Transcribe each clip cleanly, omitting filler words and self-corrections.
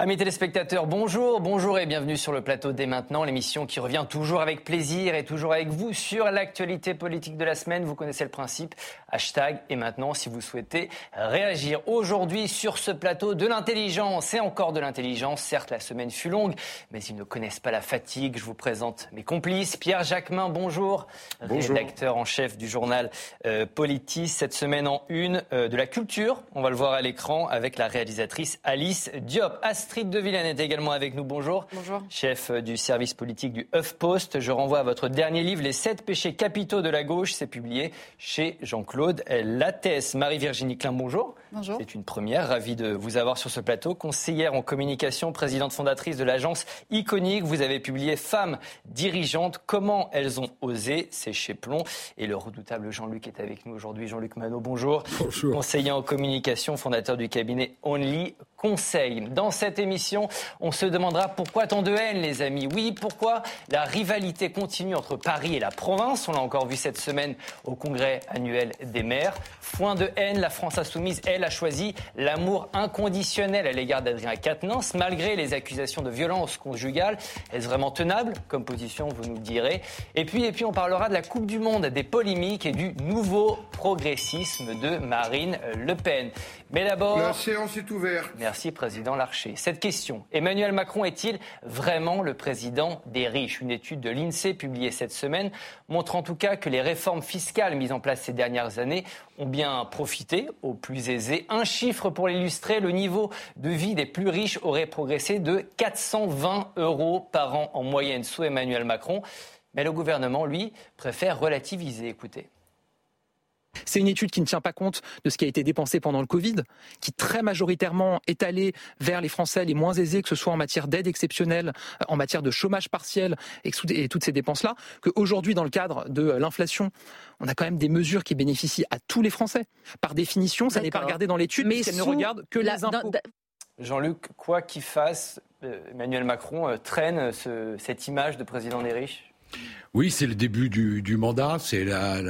Amis téléspectateurs, bonjour et bienvenue sur le plateau dès maintenant, l'émission qui revient toujours avec plaisir et toujours avec vous sur l'actualité politique de la semaine. Vous connaissez le principe, hashtag et maintenant si vous souhaitez réagir. Aujourd'hui sur ce plateau, de l'intelligence et encore de l'intelligence. Certes, la semaine fut longue, mais ils ne connaissent pas la fatigue. Je vous présente mes complices. Pierre Jacquemin, bonjour. Rédacteur en chef du journal Politis. Cette semaine en une de la culture, on va le voir à l'écran avec la réalisatrice Alice Diop. Astrid de Villene est également avec nous. Bonjour. Bonjour. Chef du service politique du HuffPost. Je renvoie à votre dernier livre, Les 7 péchés capitaux de la gauche. C'est publié chez Jean-Claude Lattès. Marie-Virginie Klein, bonjour. Bonjour. C'est une première. Ravie de vous avoir sur ce plateau. Conseillère en communication, présidente fondatrice de l'agence Iconique. Vous avez publié Femmes dirigeantes, comment elles ont osé. C'est chez Plomb. Et le redoutable Jean-Luc est avec nous aujourd'hui. Jean-Luc Manot, bonjour. Bonjour. Conseiller en communication, fondateur du cabinet Only Conseil. Dans cette émission, on se demandera pourquoi tant de haine, les amis. Oui, pourquoi la rivalité continue entre Paris et la province. On l'a encore vu cette semaine au congrès annuel des maires. Foin de haine, la France insoumise, elle, a choisi l'amour inconditionnel à l'égard d'Adrien Quatennens, malgré les accusations de violence conjugale. Est-ce vraiment tenable comme position, vous nous le direz. Et puis, on parlera de la Coupe du Monde, des polémiques et du nouveau progressisme de Marine Le Pen. Mais d'abord... La séance est ouverte. Merci, Président Larcher. Cette question, Emmanuel Macron est-il vraiment le président des riches ? Une étude de l'INSEE publiée cette semaine montre en tout cas que les réformes fiscales mises en place ces dernières années ont bien profité aux plus aisés. Un chiffre pour l'illustrer, le niveau de vie des plus riches aurait progressé de 420 € par an en moyenne sous Emmanuel Macron. Mais le gouvernement, lui, préfère relativiser. Écoutez. C'est une étude qui ne tient pas compte de ce qui a été dépensé pendant le Covid, qui très majoritairement est allée vers les Français les moins aisés, que ce soit en matière d'aide exceptionnelle, en matière de chômage partiel et toutes ces dépenses-là, qu'aujourd'hui, dans le cadre de l'inflation, on a quand même des mesures qui bénéficient à tous les Français. Par définition, ça n'est pas regardé dans l'étude, mais puisqu'elle ne regarde que les impôts. Jean-Luc, quoi qu'il fasse, Emmanuel Macron traîne cette image de président des riches ? Oui, c'est le début du mandat, c'est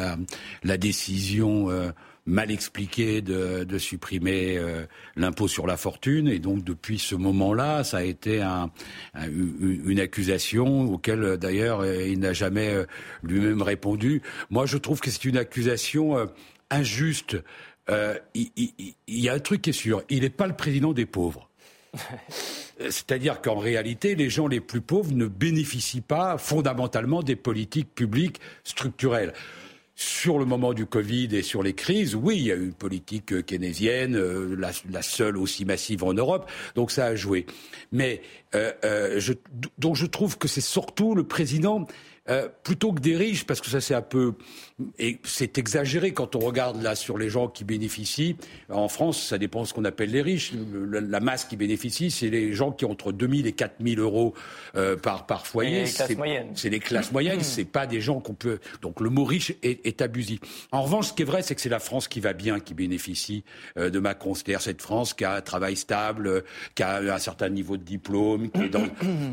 la décision mal expliquée de supprimer l'impôt sur la fortune. Et donc, depuis ce moment-là, ça a été une accusation auquel, d'ailleurs, il n'a jamais lui-même répondu. Moi, je trouve que c'est une accusation injuste. Il y a un truc qui est sûr, il n'est pas le président des pauvres. C'est-à-dire qu'en réalité, les gens les plus pauvres ne bénéficient pas fondamentalement des politiques publiques structurelles. Sur le moment du Covid et sur les crises, oui, il y a eu une politique keynésienne, la seule aussi massive en Europe, donc ça a joué. Mais donc je trouve que c'est surtout le président... plutôt que des riches, parce que ça c'est un peu... Et c'est exagéré quand on regarde là sur les gens qui bénéficient. En France, ça dépend de ce qu'on appelle les riches. La masse qui bénéficie, c'est les gens qui ont entre 2 000 et 4 000 euros par foyer. Les classes moyennes. C'est les classes moyennes, c'est pas des gens qu'on peut... Donc le mot riche est abusif. En revanche, ce qui est vrai, c'est que c'est la France qui va bien, qui bénéficie de Macron. C'est-à-dire cette France qui a un travail stable, qui a un certain niveau de diplôme, qui est dans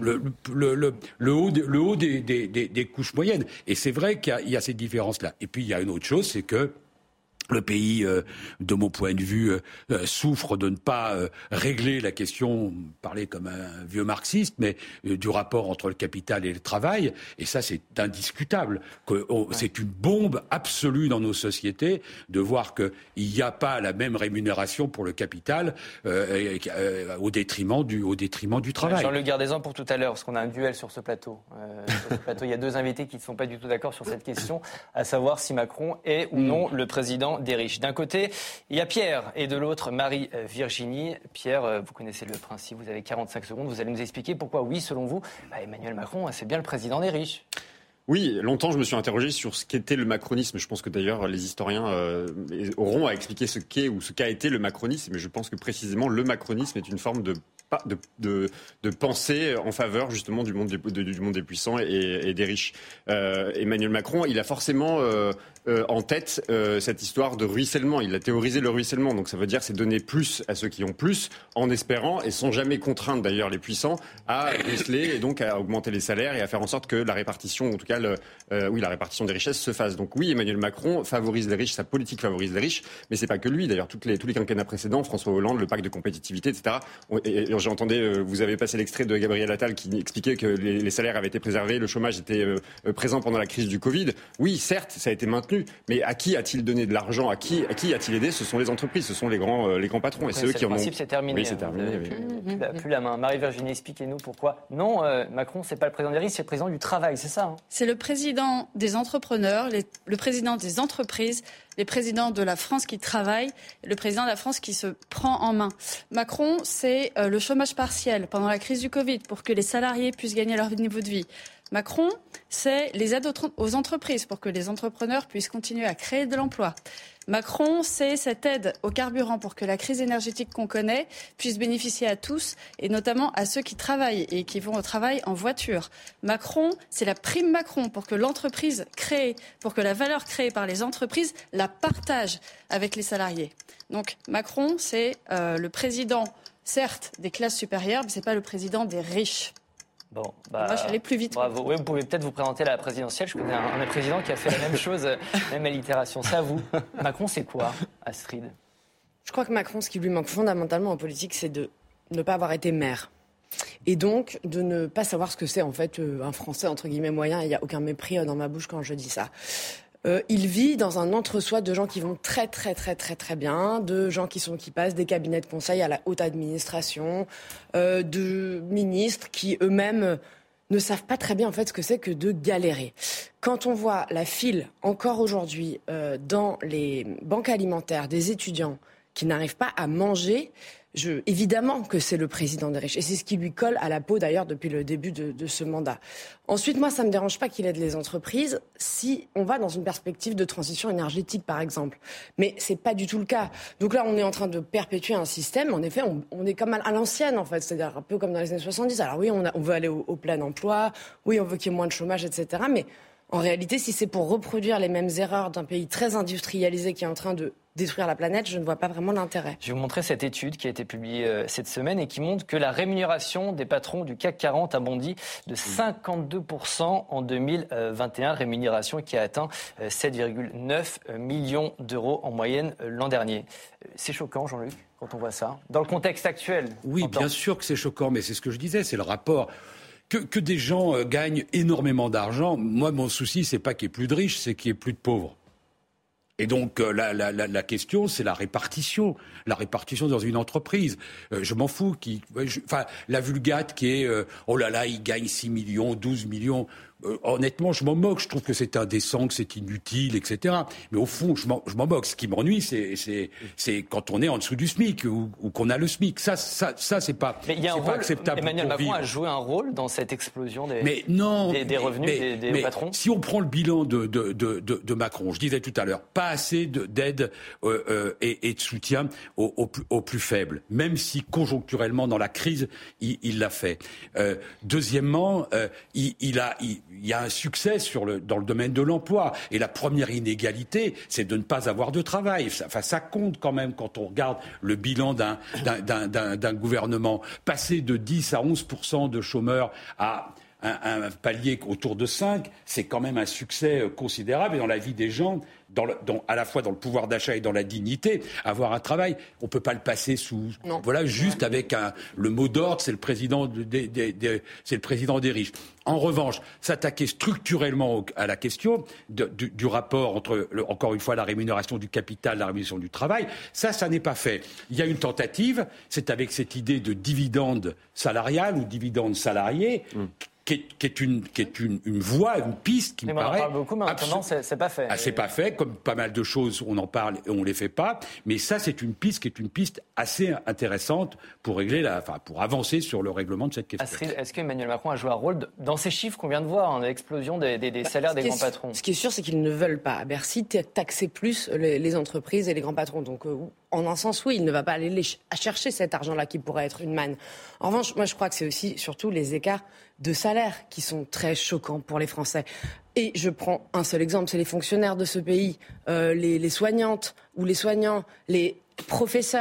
le haut des couches moyennes. Et c'est vrai qu'il y a ces différences-là. Et puis, il y a une autre chose, c'est que le pays, de mon point de vue, souffre de ne pas régler la question, parler comme un vieux marxiste, mais du rapport entre le capital et le travail. Et ça, c'est indiscutable. C'est une bombe absolue dans nos sociétés de voir qu'il n'y a pas la même rémunération pour le capital au détriment du travail. Jean-Luc Gardezan pour tout à l'heure, parce qu'on a un duel sur ce plateau. Il y a deux invités qui ne sont pas du tout d'accord sur cette question, à savoir si Macron est ou non le président des riches. D'un côté, il y a Pierre et de l'autre, Marie-Virginie. Pierre, vous connaissez le principe, vous avez 45 secondes. Vous allez nous expliquer pourquoi, oui, selon vous, Emmanuel Macron, c'est bien le président des riches. Oui, longtemps je me suis interrogé sur ce qu'était le macronisme. Je pense que d'ailleurs les historiens auront à expliquer ce qu'est ou ce qu'a été le macronisme. Mais je pense que précisément le macronisme est une forme de pensée en faveur justement du monde des puissants et des riches. Emmanuel Macron, il a forcément en tête cette histoire de ruissellement. Il a théorisé le ruissellement. Donc ça veut dire c'est donner plus à ceux qui ont plus en espérant et sans jamais contraindre d'ailleurs les puissants à déceler et donc à augmenter les salaires et à faire en sorte que la répartition, en tout cas la répartition des richesses se fasse. Donc oui, Emmanuel Macron favorise les riches, sa politique favorise les riches, mais c'est pas que lui. D'ailleurs tous les quinquennats précédents, François Hollande, le pacte de compétitivité, etc. j'entendais, vous avez passé l'extrait de Gabriel Attal qui expliquait que les salaires avaient été préservés, le chômage était présent pendant la crise du Covid. Oui, certes, ça a été maintenu, mais à qui a-t-il donné de l'argent ? À qui a-t-il aidé ? Ce sont les entreprises, ce sont les grands patrons. Et c'est eux qui en ont... Le principe, c'est terminé. Oui, c'est terminé. Plus la main. Marie-Virginie, expliquez-nous pourquoi. Non, Macron, c'est pas le président des riches, c'est le président du travail, c'est ça C'est le président des entrepreneurs, le président des entreprises, les présidents de la France qui travaillent, le président de la France qui se prend en main. Macron, c'est le chômage partiel pendant la crise du Covid pour que les salariés puissent gagner leur niveau de vie. Macron, c'est les aides aux entreprises pour que les entrepreneurs puissent continuer à créer de l'emploi. Macron, c'est cette aide au carburant pour que la crise énergétique qu'on connaît puisse bénéficier à tous, et notamment à ceux qui travaillent et qui vont au travail en voiture. Macron, c'est la prime Macron pour que l'entreprise créée, pour que la valeur créée par les entreprises la partage avec les salariés. Donc Macron, c'est le président, certes, des classes supérieures, mais ce n'est pas le président des riches. Bon, moi, je suis allée plus vite. Bravo. Oui, vous pouvez peut-être vous présenter à la présidentielle. Je connais un président qui a fait la même chose, même allitération. C'est à vous. Macron, c'est quoi, Astrid ? Je crois que Macron, ce qui lui manque fondamentalement en politique, c'est de ne pas avoir été maire. Et donc, de ne pas savoir ce que c'est, en fait, un Français, entre guillemets, moyen. Il n'y a aucun mépris dans ma bouche quand je dis ça. Il vit dans un entre-soi de gens qui vont très, très, très, très, très bien, de gens qui passent des cabinets de conseil à la haute administration, de ministres qui eux-mêmes ne savent pas très bien en fait ce que c'est que de galérer. Quand on voit la file encore aujourd'hui dans les banques alimentaires des étudiants qui n'arrivent pas à manger, évidemment que c'est le président des riches. Et c'est ce qui lui colle à la peau, d'ailleurs, depuis le début de ce mandat. Ensuite, moi, ça ne me dérange pas qu'il aide les entreprises si on va dans une perspective de transition énergétique, par exemple. Mais ce n'est pas du tout le cas. Donc là, on est en train de perpétuer un système. En effet, on est comme à l'ancienne, en fait. C'est-à-dire un peu comme dans les années 70. Alors oui, on veut aller au plein emploi. Oui, on veut qu'il y ait moins de chômage, etc. Mais en réalité, si c'est pour reproduire les mêmes erreurs d'un pays très industrialisé qui est en train de détruire la planète, je ne vois pas vraiment l'intérêt. Je vais vous montrer cette étude qui a été publiée cette semaine et qui montre que la rémunération des patrons du CAC 40 a bondi de 52% en 2021, rémunération qui a atteint 7,9 millions d'euros en moyenne l'an dernier. C'est choquant, Jean-Luc, quand on voit ça, dans le contexte actuel. Oui, bien sûr que c'est choquant, mais c'est ce que je disais, c'est le rapport. Que des gens gagnent énormément d'argent, moi, mon souci, c'est pas qu'il y ait plus de riches, c'est qu'il y ait plus de pauvres. Et donc, la question, c'est la répartition dans une entreprise. Je m'en fous. La vulgate qui est, oh là là, il gagne 6 millions, 12 millions. Honnêtement, je m'en moque. Je trouve que c'est indécent, que c'est inutile, etc. Mais au fond, je m'en moque. Ce qui m'ennuie, c'est quand on est en dessous du SMIC ou qu'on a le SMIC. Ça, c'est pas, mais il y a pas acceptable. Emmanuel Macron a joué un rôle dans cette explosion des revenus des patrons. Si on prend le bilan de Macron, je disais tout à l'heure, pas assez d'aide et de soutien aux plus faibles, même si conjoncturellement dans la crise il l'a fait. Deuxièmement, il y a un succès dans le domaine de l'emploi. Et la première inégalité, c'est de ne pas avoir de travail. Ça compte quand même quand on regarde le bilan d'un gouvernement. Passer de 10 à 11% de chômeurs à un palier autour de 5, c'est quand même un succès considérable. Et dans la vie des gens, à la fois dans le pouvoir d'achat et dans la dignité, avoir un travail, on ne peut pas le passer juste avec le mot d'ordre, c'est le président c'est le président des riches. En revanche, s'attaquer structurellement à la question du rapport entre, encore une fois, la rémunération du capital, la rémunération du travail, ça n'est pas fait. Il y a une tentative, c'est avec cette idée de dividende salarial ou dividende salarié, qui est une voie, une piste qui me paraît... On en parle beaucoup, mais en attendant, c'est pas fait. C'est pas fait, comme pas mal de choses, on en parle et on les fait pas. Mais ça, c'est une piste qui est une piste assez intéressante pour pour avancer sur le règlement de cette question. Astrid, est-ce qu'Emmanuel Macron a joué un rôle dans ces chiffres qu'on vient de voir, l'explosion des salaires des grands patrons ? Ce qui est sûr, c'est qu'ils ne veulent pas, à Bercy, taxer plus les entreprises et les grands patrons. Donc, en un sens, oui, il ne va pas aller chercher cet argent-là qui pourrait être une manne. En revanche, moi, je crois que c'est aussi, surtout, les écarts de salaire qui sont très choquants pour les Français. Et je prends un seul exemple, c'est les fonctionnaires de ce pays, les soignantes ou les soignants, les professeurs.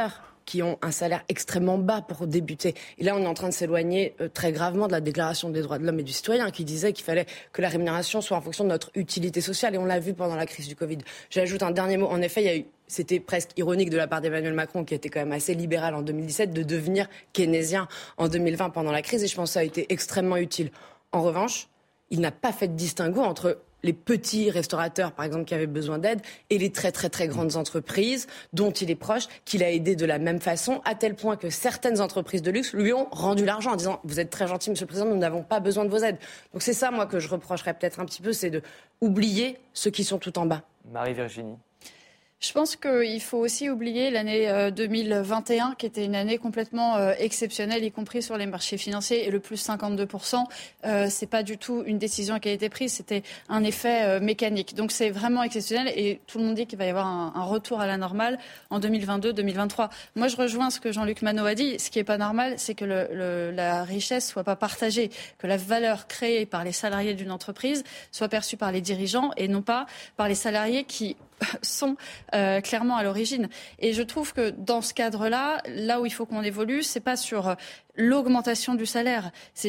qui ont un salaire extrêmement bas pour débuter. Et là, on est en train de s'éloigner très gravement de la Déclaration des droits de l'homme et du citoyen qui disait qu'il fallait que la rémunération soit en fonction de notre utilité sociale. Et on l'a vu pendant la crise du Covid. J'ajoute un dernier mot. En effet, c'était presque ironique de la part d'Emmanuel Macron, qui était quand même assez libéral en 2017, de devenir keynésien en 2020 pendant la crise. Et je pense que ça a été extrêmement utile. En revanche, il n'a pas fait de distinguo entre les petits restaurateurs, par exemple, qui avaient besoin d'aide, et les très, très, très grandes entreprises dont il est proche, qu'il a aidé de la même façon, à tel point que certaines entreprises de luxe lui ont rendu l'argent en disant « Vous êtes très gentil, Monsieur le Président, nous n'avons pas besoin de vos aides ». Donc c'est ça, moi, que je reprocherais peut-être un petit peu, c'est d'oublier ceux qui sont tout en bas. Marie-Virginie. Je pense qu'il faut aussi oublier l'année 2021, qui était une année complètement exceptionnelle, y compris sur les marchés financiers, et le plus 52%, c'est pas du tout une décision qui a été prise, c'était un effet mécanique. Donc c'est vraiment exceptionnel, et tout le monde dit qu'il va y avoir un retour à la normale en 2022-2023. Moi, je rejoins ce que Jean-Luc Manot a dit. Ce qui est pas normal, c'est que la richesse soit pas partagée, que la valeur créée par les salariés d'une entreprise soit perçue par les dirigeants et non pas par les salariés qui sont clairement à l'origine. Et je trouve que dans ce cadre-là, là où il faut qu'on évolue, c'est pas sur l'augmentation du salaire. C'est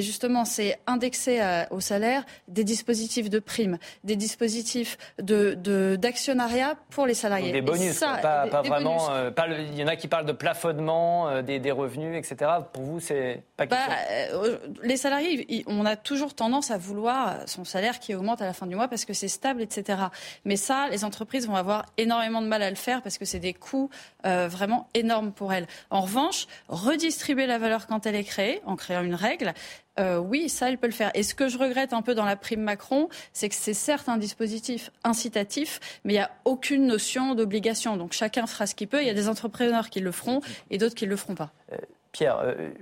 indexer au salaire des dispositifs de primes, des dispositifs d'actionnariat pour les salariés. Donc des bonus, pas vraiment. Il y en a qui parlent de plafonnement des revenus, etc. Pour vous, c'est pas question. Les salariés, on a toujours tendance à vouloir son salaire qui augmente à la fin du mois parce que c'est stable, etc. Mais ça, les entreprises vont avoir énormément de mal à le faire parce que c'est des coûts vraiment énormes pour elles. En revanche, redistribuer la valeur quand elle est créée, en créant une règle, oui, ça, elle peut le faire. Et ce que je regrette un peu dans la prime Macron, c'est que c'est certes un dispositif incitatif, mais il n'y a aucune notion d'obligation. Donc chacun fera ce qu'il peut. Il y a des entrepreneurs qui le feront et d'autres qui ne le feront pas. Pierre,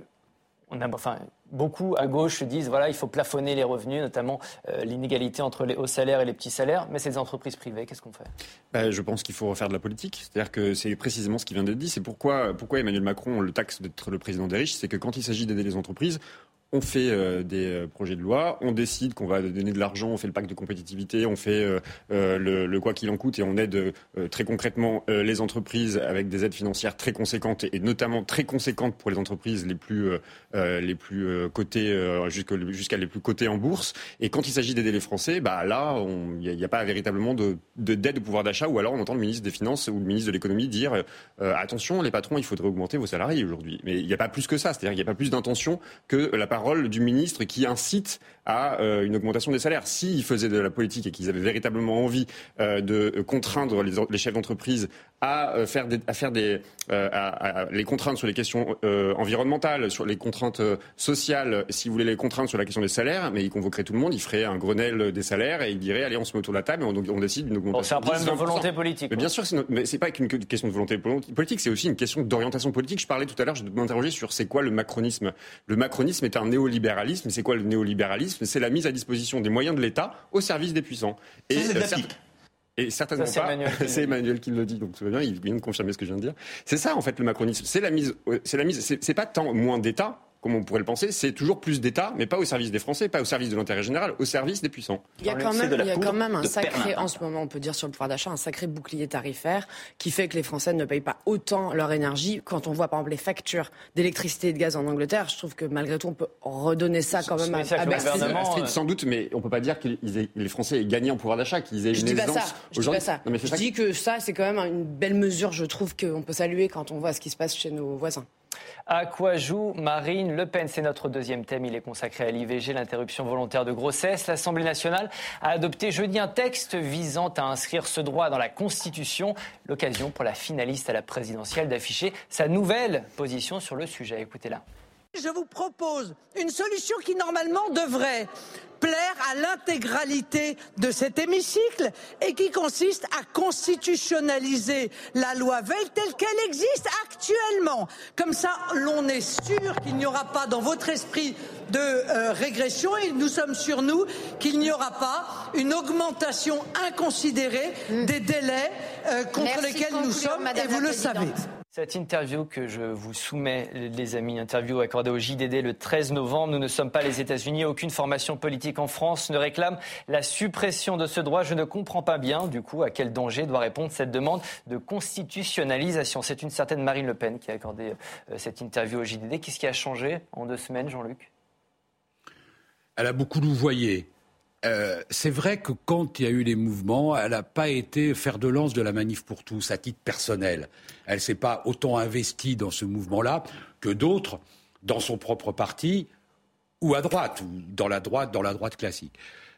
beaucoup à gauche disent voilà, il faut plafonner les revenus, notamment l'inégalité entre les hauts salaires et les petits salaires. Mais c'est des entreprises privées, qu'est-ce qu'on fait ? Je pense qu'il faut refaire de la politique. C'est-à-dire que c'est précisément ce qui vient d'être dit. C'est pourquoi Emmanuel Macron le taxe d'être le président des riches. C'est que quand il s'agit d'aider les entreprises, on fait des projets de loi, on décide qu'on va donner de l'argent, on fait le pacte de compétitivité, on fait le quoi qu'il en coûte et on aide très concrètement les entreprises avec des aides financières très conséquentes et notamment très conséquentes pour les entreprises les plus cotées jusqu'à les plus cotées en bourse. Et quand il s'agit d'aider les Français, là, il n'y a pas véritablement d'aide au pouvoir d'achat, ou alors on entend le ministre des Finances ou le ministre de l'Économie dire attention, les patrons, il faudrait augmenter vos salariés aujourd'hui. Mais il n'y a pas plus que ça, c'est-à-dire qu'il n'y a pas plus d'intention que la parole du ministre qui incite à une augmentation des salaires. S'ils faisaient de la politique et qu'ils avaient véritablement envie de contraindre les chefs d'entreprise à les contraindre sur les questions environnementales, sur les contraintes sociales, s'ils voulaient les contraindre sur la question des salaires, mais ils convoqueraient tout le monde, ils feraient un Grenelle des salaires et ils diraient allez, on se met autour de la table et on décide d'une augmentation. C'est un problème de volonté politique. Mais bien sûr, mais c'est pas qu'une question de volonté politique, c'est aussi une question d'orientation politique. Je parlais tout à l'heure, je m'interrogeais sur c'est quoi le macronisme. Le macronisme est un néolibéralisme. C'est quoi le néolibéralisme ? C'est la mise à disposition des moyens de l'État au service des puissants. Et certainement ça, c'est Emmanuel qui le dit, donc tout va bien, il vient de confirmer ce que je viens de dire. C'est ça, en fait, le macronisme. C'est pas tant moins d'État, comme on pourrait le penser, c'est toujours plus d'État, mais pas au service des Français, pas au service de l'intérêt général, au service des puissants. Il y a quand même un sacré, en ce moment, on peut dire sur le pouvoir d'achat, un sacré bouclier tarifaire qui fait que les Français ne payent pas autant leur énergie. Quand on voit, par exemple, les factures d'électricité et de gaz en Angleterre, je trouve que malgré tout, on peut redonner ça quand même à Astrid, sans doute, mais on peut pas dire que les Français aient gagné en pouvoir d'achat, qu'ils aient une aisance. Je dis pas ça. Je dis que ça, c'est quand même une belle mesure, je trouve, qu'on peut saluer quand on voit ce qui se passe chez nos voisins. À quoi joue Marine Le Pen ? C'est notre deuxième thème. Il est consacré à l'IVG, l'interruption volontaire de grossesse. L'Assemblée nationale a adopté jeudi un texte visant à inscrire ce droit dans la Constitution. L'occasion pour la finaliste à la présidentielle d'afficher sa nouvelle position sur le sujet. Écoutez-la. Je vous propose une solution qui normalement devrait plaire à l'intégralité de cet hémicycle et qui consiste à constitutionnaliser la loi Veil telle qu'elle existe actuellement. Comme ça, l'on est sûr qu'il n'y aura pas dans votre esprit de régression et nous sommes sûrs, nous, qu'il n'y aura pas une augmentation inconsidérée des délais contre lesquels nous sommes et vous le savez. Cette interview que je vous soumets, les amis, interview accordée au JDD le 13 novembre. Nous ne sommes pas les États-Unis. Aucune formation politique en France ne réclame la suppression de ce droit. Je ne comprends pas bien, du coup, à quel danger doit répondre cette demande de constitutionnalisation. C'est une certaine Marine Le Pen qui a accordé cette interview au JDD. Qu'est-ce qui a changé en 2 semaines, Jean-Luc ? Elle a beaucoup louvoyé. C'est vrai que quand il y a eu les mouvements, elle n'a pas été fer de lance de la Manif pour tous à titre personnel. Elle ne s'est pas autant investie dans ce mouvement-là que d'autres dans son propre parti ou à droite, ou dans la droite classique.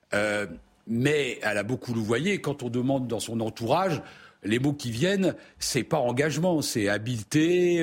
Mais elle a beaucoup louvoyé. Quand on demande dans son entourage, les mots qui viennent, c'est pas engagement, c'est habileté,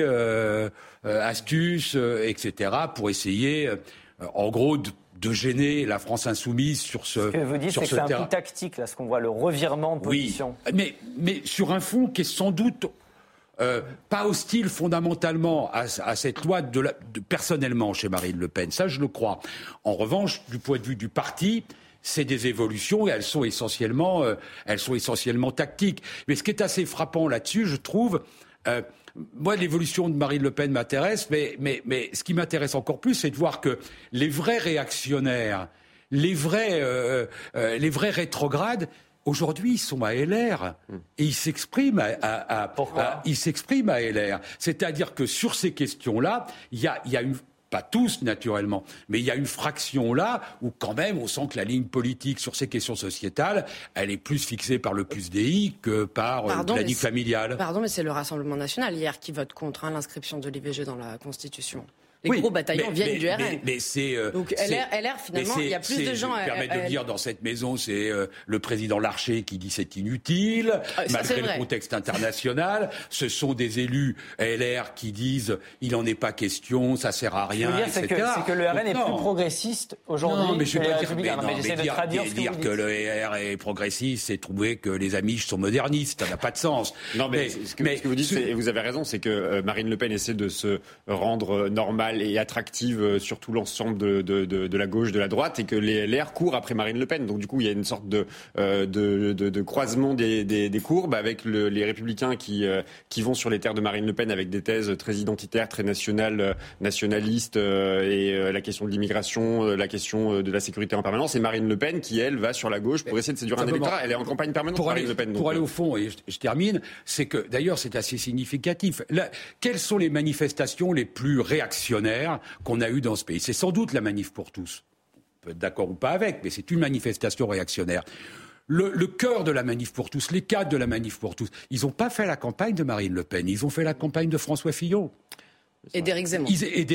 astuce, etc. pour essayer, en gros, de gêner la France insoumise sur ce terrain. Ce que vous dites, c'est que c'est un coup tactique, là, ce qu'on voit, le revirement de position. Oui, mais sur un fond qui est sans doute pas hostile fondamentalement à cette loi personnellement chez Marine Le Pen. Ça, je le crois. En revanche, du point de vue du parti, c'est des évolutions et elles sont essentiellement tactiques. Mais ce qui est assez frappant là-dessus, je trouve... moi, l'évolution de Marine Le Pen m'intéresse, mais ce qui m'intéresse encore plus, c'est de voir que les vrais réactionnaires, les vrais rétrogrades, aujourd'hui, ils sont à LR et ils s'expriment ils s'expriment à LR. C'est-à-dire que sur ces questions-là, il y a une... Pas tous, naturellement, mais il y a une fraction là où quand même on sent que la ligne politique sur ces questions sociétales, elle est plus fixée par le PlusDI que par le planning familial. Pardon, mais c'est le Rassemblement national hier qui vote contre l'inscription de l'IVG dans la Constitution. Les gros bataillons viennent du RN. Mais c'est, donc LR, finalement, il y a plus de gens... Je me permets de dire, dans cette maison, c'est le président Larcher qui dit c'est inutile, malgré le contexte international. Ce sont des élus LR qui disent il n'en est pas question, ça sert à rien, etc. C'est que le RN est plus progressiste aujourd'hui. Non, mais je ne vais pas dire que le RN est progressiste, c'est trouver que les Amish sont modernistes. Ça n'a pas de sens. Non, mais ce que vous dites, et vous avez raison, c'est que Marine Le Pen essaie de se rendre normale et attractive sur tout l'ensemble de la gauche, de la droite, et que les LR courent après Marine Le Pen. Donc du coup, il y a une sorte de croisement des courbes avec les Républicains qui vont sur les terres de Marine Le Pen avec des thèses très identitaires, très nationalistes, et la question de l'immigration, la question de la sécurité en permanence, et Marine Le Pen qui, elle, va sur la gauche pour essayer de séduire un électorat. Elle est en campagne permanente, Marine Le Pen. Pour aller au fond, et je termine, c'est que, d'ailleurs, c'est assez significatif. Quelles sont les manifestations les plus réactionnaires qu'on a eues dans ce pays? C'est sans doute la Manif pour tous. On peut être d'accord ou pas avec, mais c'est une manifestation réactionnaire. Le cœur de la Manif pour tous, les cadres de la Manif pour tous, ils n'ont pas fait la campagne de Marine Le Pen, ils ont fait la campagne de François Fillon. Et d'Éric Zemmour.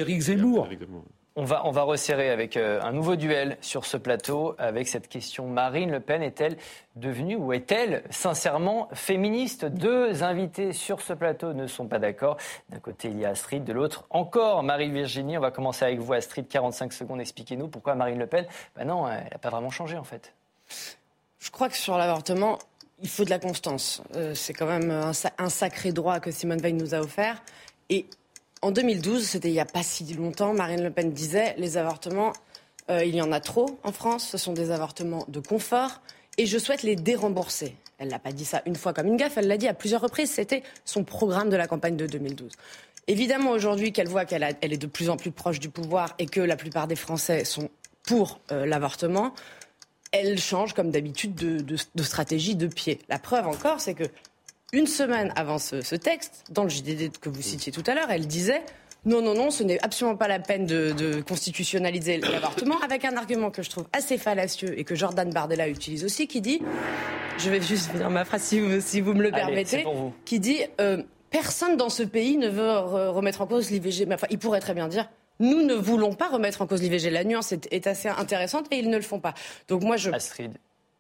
On va resserrer avec un nouveau duel sur ce plateau avec cette question. Marine Le Pen est-elle devenue ou est-elle sincèrement féministe? 2 invités sur ce plateau ne sont pas d'accord. D'un côté, il y a Astrid, de l'autre encore Marie-Virginie. On va commencer avec vous, Astrid. 45 secondes, expliquez-nous pourquoi Marine Le Pen, non, elle n'a pas vraiment changé en fait. Je crois que sur l'avortement, il faut de la constance. C'est quand même un sacré droit que Simone Veil nous a offert. Et en 2012, c'était il n'y a pas si longtemps, Marine Le Pen disait les avortements, il y en a trop en France, ce sont des avortements de confort et je souhaite les dérembourser. Elle n'a pas dit ça une fois comme une gaffe, elle l'a dit à plusieurs reprises, c'était son programme de la campagne de 2012. Évidemment, aujourd'hui, qu'elle voit qu'elle est de plus en plus proche du pouvoir et que la plupart des Français sont pour l'avortement, elle change comme d'habitude de stratégie de pied. La preuve encore, c'est que une semaine avant ce texte, dans le JDD que vous citiez tout à l'heure, elle disait non, ce n'est absolument pas la peine de constitutionnaliser l'avortement, avec un argument que je trouve assez fallacieux et que Jordan Bardella utilise aussi, qui dit, je vais juste finir ma phrase si vous me le permettez, qui dit personne dans ce pays ne veut remettre en cause l'IVG. Mais enfin, il pourrait très bien dire nous ne voulons pas remettre en cause l'IVG. La nuance est assez intéressante et ils ne le font pas. Donc moi Astrid.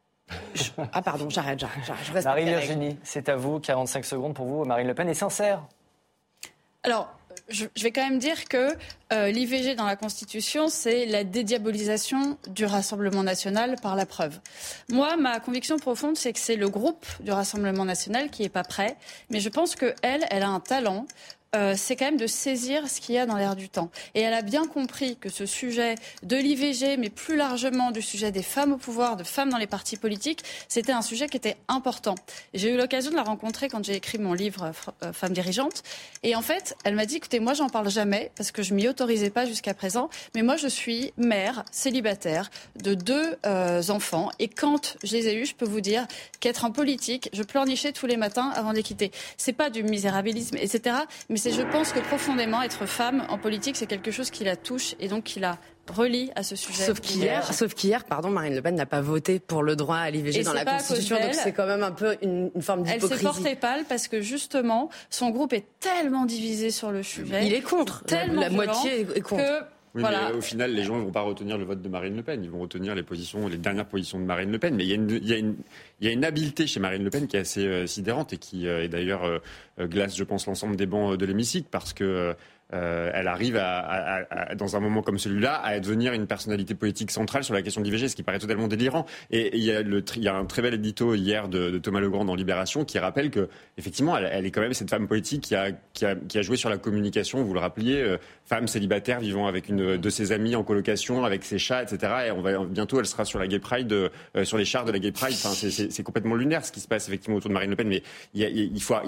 Ah pardon, j'arrête. Marie-Virginie, c'est à vous, 45 secondes pour vous. Marine Le Pen est sincère. Alors, je vais quand même dire que l'IVG dans la Constitution, c'est la dédiabolisation du Rassemblement national par la preuve. Moi, ma conviction profonde, c'est que c'est le groupe du Rassemblement national qui n'est pas prêt. Mais je pense qu'elle a un talent c'est quand même de saisir ce qu'il y a dans l'air du temps. Et elle a bien compris que ce sujet de l'IVG, mais plus largement du sujet des femmes au pouvoir, de femmes dans les partis politiques, c'était un sujet qui était important. J'ai eu l'occasion de la rencontrer quand j'ai écrit mon livre Femmes dirigeantes. Et en fait, elle m'a dit, écoutez, moi j'en parle jamais parce que je m'y autorisais pas jusqu'à présent, mais moi je suis mère, célibataire, de 2 enfants. Et quand je les ai eus, je peux vous dire qu'être en politique, je pleurnichais tous les matins avant de les quitter. C'est pas du misérabilisme, etc. Mais je pense que profondément, être femme en politique, c'est quelque chose qui la touche et donc qui la relie à ce sujet. Sauf qu'hier, Marine Le Pen n'a pas voté pour le droit à l'IVG dans la Constitution, donc c'est quand même un peu une forme d'hypocrisie. Elle s'est portée pâle parce que justement, son groupe est tellement divisé sur le sujet. Il est contre. La moitié est contre. Oui, mais au final, les gens ne vont pas retenir le vote de Marine Le Pen. Ils vont retenir les dernières positions de Marine Le Pen. Mais il y a une habileté chez Marine Le Pen qui est assez sidérante et qui est d'ailleurs glace, je pense, l'ensemble des bancs de l'hémicycle parce que elle arrive dans un moment comme celui-là, à devenir une personnalité politique centrale sur la question de l'IVG, ce qui paraît totalement délirant. Et il y a un très bel édito hier de Thomas Legrand dans Libération qui rappelle que, effectivement, elle est quand même cette femme politique qui a joué sur la communication. Vous le rappeliez, femme célibataire vivant avec une de ses amies en colocation, avec ses chats, etc. Et bientôt, elle sera sur la Gay Pride, sur les chars de la Gay Pride. Enfin, c'est complètement lunaire ce qui se passe effectivement autour de Marine Le Pen. Mais il faut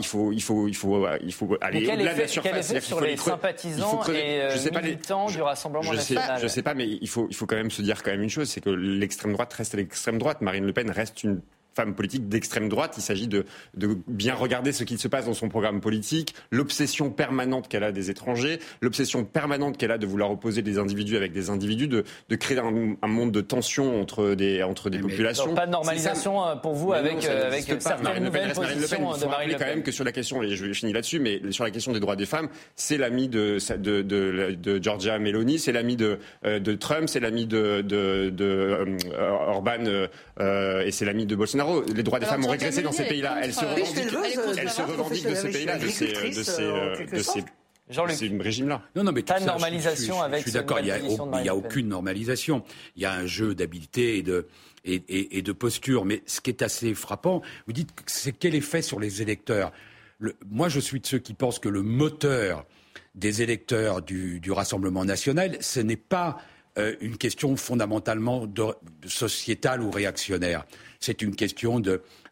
aller au-delà de la surface. Sur les sympathisants et militants du Rassemblement national. Je sais pas, mais il faut quand même se dire une chose, c'est que l'extrême droite reste l'extrême droite. Marine Le Pen reste une femme politique d'extrême droite. Il s'agit de bien regarder ce qui se passe dans son programme politique, l'obsession permanente qu'elle a des étrangers, l'obsession permanente qu'elle a de vouloir opposer des individus avec des individus, de créer un monde de tension entre des populations. Donc pas de normalisation pour vous avec certaines nouvelles positions de Marine Le Pen. Il faut rappeler quand même que sur la question, et je finis là-dessus, mais sur la question des droits des femmes, c'est l'ami de Giorgia Meloni, c'est l'ami de Trump, c'est l'ami de Orban et c'est l'ami de Bolsonaro. Les droits des femmes ont régressé dans ces pays-là. Elles se revendiquent de ces pays-là, de ces régimes-là. Non, mais pas de normalisation avec. Je suis d'accord. Il n'y a aucune normalisation. Il y a un jeu d'habileté et de posture. Mais ce qui est assez frappant, vous dites, c'est quel effet sur les électeurs. Moi, je suis de ceux qui pensent que le moteur des électeurs du Rassemblement national, ce n'est pas une question fondamentalement sociétale ou réactionnaire. C'est une question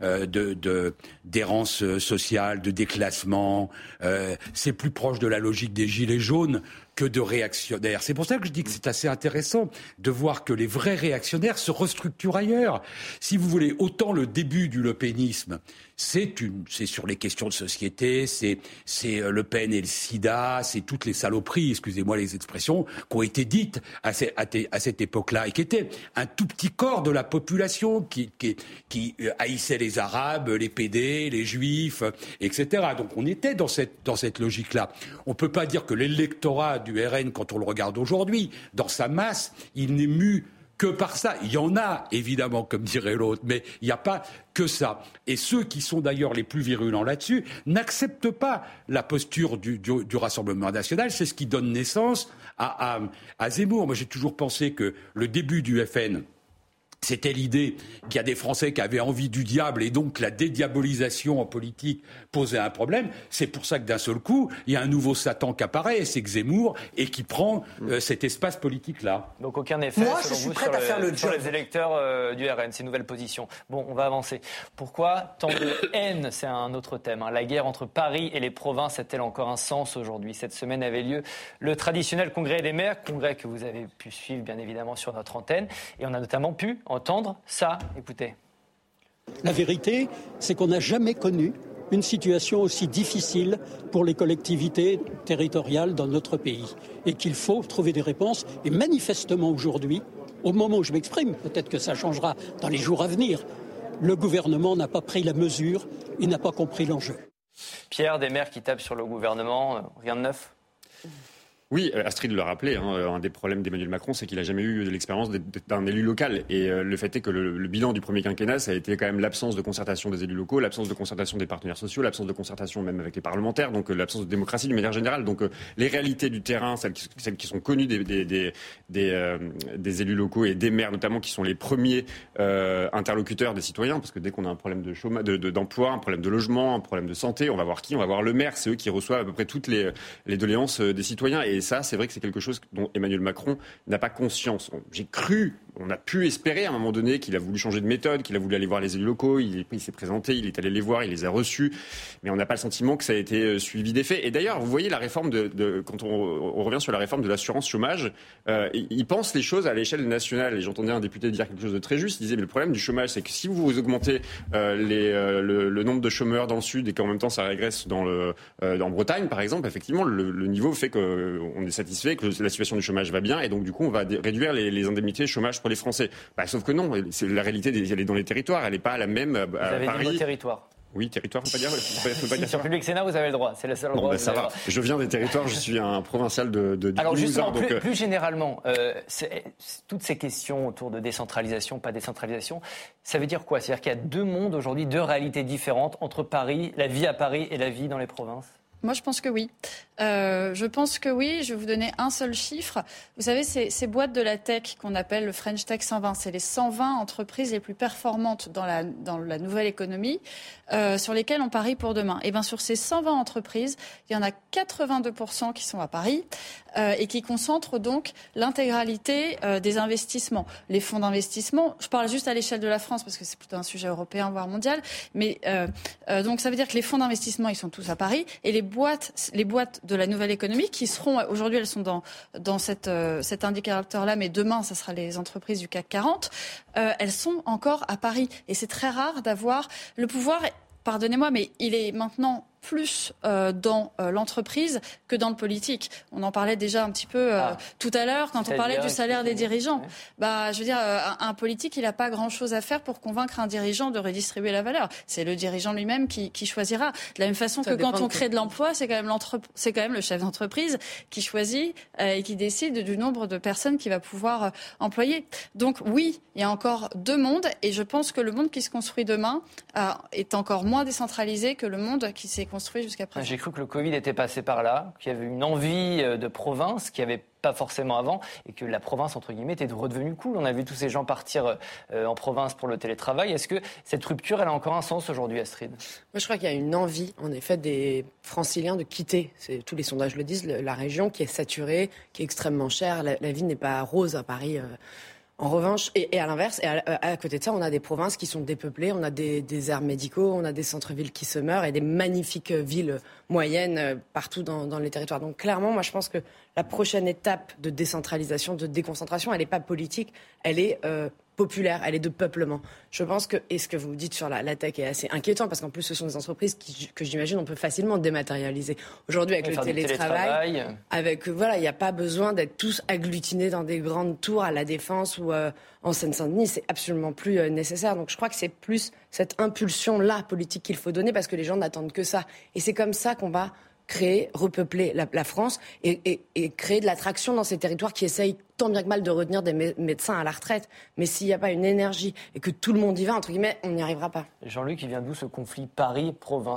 d'errance sociale, de déclassement. C'est plus proche de la logique des gilets jaunes que de réactionnaires. C'est pour ça que je dis que c'est assez intéressant de voir que les vrais réactionnaires se restructurent ailleurs. Si vous voulez, autant le début du lepénisme, c'est sur les questions de société, c'est Le Pen et le sida, c'est toutes les saloperies, excusez-moi les expressions, qui ont été dites à cette époque-là et qui étaient un tout petit corps de la population qui haïssait les Arabes, les PD, les Juifs, etc. Donc on était dans cette logique-là. On ne peut pas dire que l'électorat du RN, quand on le regarde aujourd'hui, dans sa masse, il n'est mu que par ça. Il y en a, évidemment, comme dirait l'autre, mais il n'y a pas que ça. Et ceux qui sont d'ailleurs les plus virulents là-dessus n'acceptent pas la posture du Rassemblement national. C'est ce qui donne naissance à Zemmour. Moi, j'ai toujours pensé que le début du FN, c'était l'idée qu'il y a des Français qui avaient envie du diable et donc la dédiabolisation en politique posait un problème. C'est pour ça que d'un seul coup, il y a un nouveau Satan qui apparaît, c'est Zemmour, et qui prend cet espace politique-là. Donc aucun effet, selon vous, sur les électeurs du RN, ces nouvelles positions. Bon, on va avancer. Pourquoi tant de haine ? C'est un autre thème. La guerre entre Paris et les provinces a-t-elle encore un sens aujourd'hui ? Cette semaine avait lieu le traditionnel congrès des maires, congrès que vous avez pu suivre bien évidemment sur notre antenne, et on a notamment pu entendre ça. Écoutez. La vérité, c'est qu'on n'a jamais connu une situation aussi difficile pour les collectivités territoriales dans notre pays et qu'il faut trouver des réponses. Et manifestement aujourd'hui, au moment où je m'exprime, peut-être que ça changera dans les jours à venir, le gouvernement n'a pas pris la mesure, il n'a pas compris l'enjeu. Pierre, des maires qui tapent sur le gouvernement, rien de neuf ? Oui, Astrid le rappelait, un des problèmes d'Emmanuel Macron, c'est qu'il n'a jamais eu l'expérience d'un élu local. Et le fait est que le bilan du premier quinquennat, ça a été quand même l'absence de concertation des élus locaux, l'absence de concertation des partenaires sociaux, l'absence de concertation même avec les parlementaires, donc l'absence de démocratie d'une manière générale. Donc les réalités du terrain, celles qui sont connues des élus locaux et des maires notamment, qui sont les premiers interlocuteurs des citoyens, parce que dès qu'on a un problème de chômage, d'emploi, un problème de logement, un problème de santé, on va voir qui ? On va voir le maire. C'est eux qui reçoivent à peu près toutes les doléances des citoyens. Et ça, c'est vrai que c'est quelque chose dont Emmanuel Macron n'a pas conscience. On a pu espérer à un moment donné qu'il a voulu changer de méthode, qu'il a voulu aller voir les élus locaux, il s'est présenté, il est allé les voir, il les a reçus, mais on n'a pas le sentiment que ça a été suivi des faits. Et d'ailleurs, vous voyez la réforme quand on revient sur la réforme de l'assurance chômage, il pense les choses à l'échelle nationale. Et j'entendais un député dire quelque chose de très juste, il disait mais le problème du chômage, c'est que si vous augmentez le nombre de chômeurs dans le Sud et qu'en même temps ça régresse en Bretagne, par exemple, effectivement, le niveau fait qu'on est satisfait, que la situation du chômage va bien, et donc du coup on va réduire les indemnités chômage pour les Français. Sauf que non, la réalité, elle est dans les territoires, elle n'est pas la même à Paris. Vous avez dit vos territoires. Oui, territoire, faut pas dire. Sur Public Sénat, vous avez le droit. C'est le seul droit. Ça va. Je viens des territoires. Je suis un provincial de Alors justement, donc, plus généralement, toutes ces questions autour de décentralisation, pas décentralisation, ça veut dire quoi ? C'est-à-dire qu'il y a deux mondes aujourd'hui, deux réalités différentes entre Paris, la vie à Paris et la vie dans les provinces ? Moi, je pense que oui. Je pense que oui. Je vais vous donner un seul chiffre. Vous savez, ces boîtes de la tech qu'on appelle le French Tech 120, c'est les 120 entreprises les plus performantes dans la nouvelle économie sur lesquelles on parie pour demain. Et bien, sur ces 120 entreprises, il y en a 82% qui sont à Paris et qui concentrent donc l'intégralité des investissements. Les fonds d'investissement, je parle juste à l'échelle de la France parce que c'est plutôt un sujet européen, voire mondial. Mais donc, ça veut dire que les fonds d'investissement, ils sont tous à Paris et les boîtes de la nouvelle économie qui seront, aujourd'hui elles sont dans cet indicateur-là, mais demain ça sera les entreprises du CAC 40, elles sont encore à Paris. Et c'est très rare d'avoir le pouvoir, pardonnez-moi, mais il est maintenant plus dans l'entreprise que dans le politique. On en parlait déjà un petit peu tout à l'heure quand on parlait du salaire des dirigeants. Je veux dire, un politique, il n'a pas grand-chose à faire pour convaincre un dirigeant de redistribuer la valeur. C'est le dirigeant lui-même qui choisira. De la même façon que quand on crée de l'emploi, c'est quand même le chef d'entreprise qui choisit et qui décide du nombre de personnes qu'il va pouvoir employer. Donc oui, il y a encore deux mondes et je pense que le monde qui se construit demain est encore moins décentralisé que le monde qui s'est construit jusqu'à présent. J'ai cru que le Covid était passé par là, qu'il y avait une envie de province qu'il n'y avait pas forcément avant et que la province, entre guillemets, était redevenue cool. On a vu tous ces gens partir en province pour le télétravail. Est-ce que cette rupture, elle a encore un sens aujourd'hui, Astrid ? Moi, je crois qu'il y a une envie, en effet, des Franciliens de quitter, tous les sondages le disent, la région qui est saturée, qui est extrêmement chère. La vie n'est pas rose à Paris. En revanche, et à l'inverse, et à côté de ça, on a des provinces qui sont dépeuplées, on a des déserts médicaux, on a des centres-villes qui se meurent et des magnifiques villes moyennes partout dans les territoires. Donc clairement, moi je pense que la prochaine étape de décentralisation, de déconcentration, elle n'est pas politique, elle est populaire, elle est de peuplement. Je pense que, et ce que vous dites sur la tech est assez inquiétant, parce qu'en plus ce sont des entreprises que j'imagine on peut facilement dématérialiser. Aujourd'hui avec le télétravail, il n'y a pas besoin d'être tous agglutinés dans des grandes tours à La Défense ou en Seine-Saint-Denis, c'est absolument plus nécessaire. Donc je crois que c'est plus cette impulsion-là politique qu'il faut donner, parce que les gens n'attendent que ça. Et c'est comme ça qu'on va repeupler la France et créer de l'attraction dans ces territoires qui essayent tant bien que mal de retenir des médecins à la retraite. Mais s'il n'y a pas une énergie et que tout le monde y va, entre guillemets, on n'y arrivera pas. Jean-Luc, il vient d'où ce conflit Paris-Province ?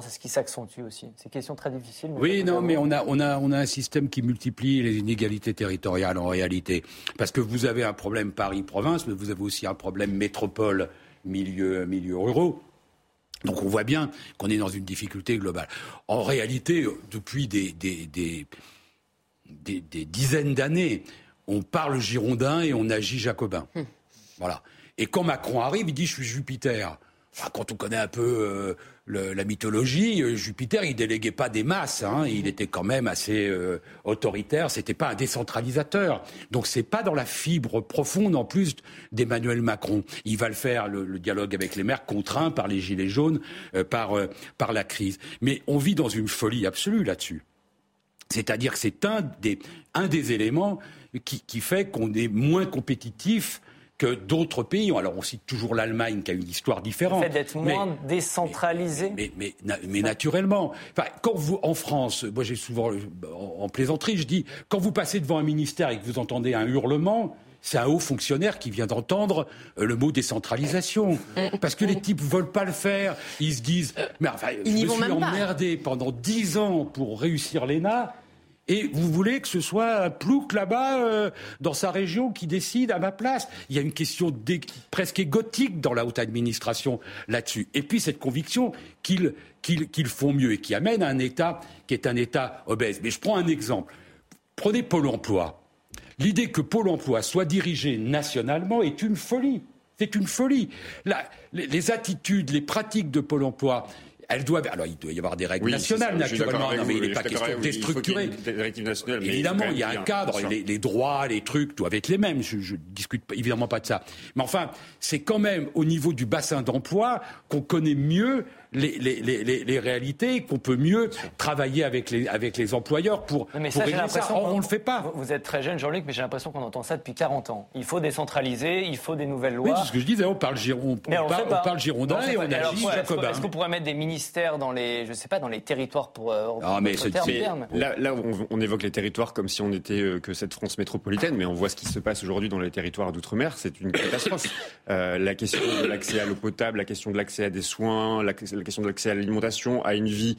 Est-ce qu'il s'accentue aussi ? C'est une question très difficile. Oui, non, mais on a un système qui multiplie les inégalités territoriales en réalité. Parce que vous avez un problème Paris-Province, mais vous avez aussi un problème métropole, milieux ruraux. Donc on voit bien qu'on est dans une difficulté globale. En réalité, depuis des dizaines d'années, on parle girondin et on agit jacobin. Voilà. Et quand Macron arrive, il dit « je suis Jupiter ». Enfin, quand on connaît un peu la mythologie, Jupiter, il déléguait pas des masses, il était quand même assez autoritaire, c'était pas un décentralisateur. Donc c'est pas dans la fibre profonde en plus d'Emmanuel Macron. Il va le faire, le dialogue avec les maires, contraint par les gilets jaunes, par la crise. Mais on vit dans une folie absolue là-dessus. C'est-à-dire que c'est un des éléments qui fait qu'on est moins compétitif que d'autres pays ont. Alors on cite toujours l'Allemagne qui a une histoire différente. Le fait d'être moins décentralisé. Mais naturellement. Enfin, quand vous, en France, moi j'ai souvent, en plaisanterie, je dis, quand vous passez devant un ministère et que vous entendez un hurlement, c'est un haut fonctionnaire qui vient d'entendre le mot décentralisation. Parce que les types ne veulent pas le faire. Ils se disent, mais enfin, je me suis emmerdé pendant 10 ans pour réussir l'ENA. Et vous voulez que ce soit un plouc là-bas, dans sa région, qui décide à ma place. Il y a une question presque égotique dans la haute administration là-dessus. Et puis cette conviction qu'ils font mieux et qui amène à un État qui est un État obèse. Mais je prends un exemple. Prenez Pôle emploi. L'idée que Pôle emploi soit dirigé nationalement est une folie. C'est une folie. Les attitudes, les pratiques de Pôle emploi... Alors, il doit y avoir des règles nationales, naturellement. Non, mais il n'est pas question de déstructurer. Évidemment, il y a un cadre, les droits, les trucs doivent être les mêmes. Je ne discute évidemment pas de ça. Mais enfin, c'est quand même au niveau du bassin d'emploi qu'on connaît mieux les réalités, qu'on peut mieux travailler avec les employeurs pour régler ça. Or, on ne le fait pas. Vous êtes très jeune, Jean-Luc, mais j'ai l'impression qu'on entend ça depuis 40 ans. Il faut décentraliser, il faut des nouvelles lois. Oui, c'est ce que je disais, on parle girondin et on agit jacobin. Est-ce qu'on pourrait mettre des ministères dans les territoires pour terme. Là, on évoque les territoires comme si on n'était que cette France métropolitaine, mais on voit ce qui se passe aujourd'hui dans les territoires d'outre-mer, c'est une catastrophe. La question de l'accès à l'eau potable, la question de l'accès à des soins, la question de l'accès à l'alimentation, à une vie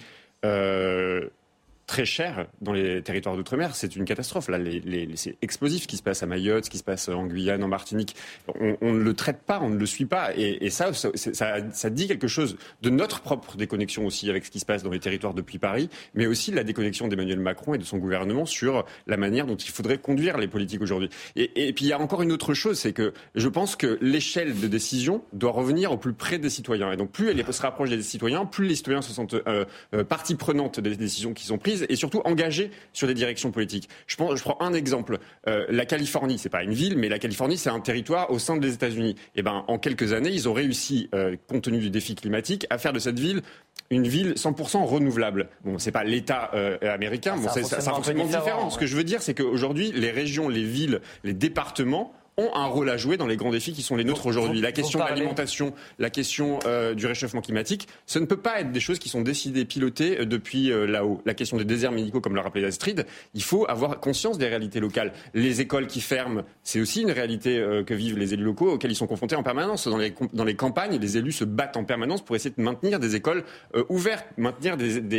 très chère dans les territoires d'outre-mer, c'est une catastrophe. Là, c'est explosif ce qui se passe à Mayotte, ce qui se passe en Guyane, en Martinique. On ne le traite pas, on ne le suit pas. Et ça dit quelque chose de notre propre déconnexion aussi avec ce qui se passe dans les territoires depuis Paris, mais aussi de la déconnexion d'Emmanuel Macron et de son gouvernement sur la manière dont il faudrait conduire les politiques aujourd'hui. Et puis il y a encore une autre chose, c'est que je pense que l'échelle de décision doit revenir au plus près des citoyens. Et donc plus elle se rapproche des citoyens, plus les citoyens se sentent partie prenante des décisions qui sont prises et surtout engagés sur des directions politiques. Je prends un exemple. La Californie, c'est pas une ville, mais la Californie, c'est un territoire au sein des États-Unis. Et en quelques années, ils ont réussi, compte tenu du défi climatique, à faire de cette ville une ville 100% renouvelable. Bon, c'est pas l'État américain, c'est un fonctionnement différent. Ce que je veux dire, c'est qu'aujourd'hui, les régions, les villes, les départements ont un rôle à jouer dans les grands défis qui sont les nôtres aujourd'hui. La question de l'alimentation, la question du réchauffement climatique, ce ne peut pas être des choses qui sont décidées, pilotées depuis là-haut. La question des déserts médicaux, comme l'a rappelé Astrid, il faut avoir conscience des réalités locales. Les écoles qui ferment, c'est aussi une réalité que vivent les élus locaux, auxquels ils sont confrontés en permanence. Dans les campagnes, les élus se battent en permanence pour essayer de maintenir des écoles ouvertes, maintenir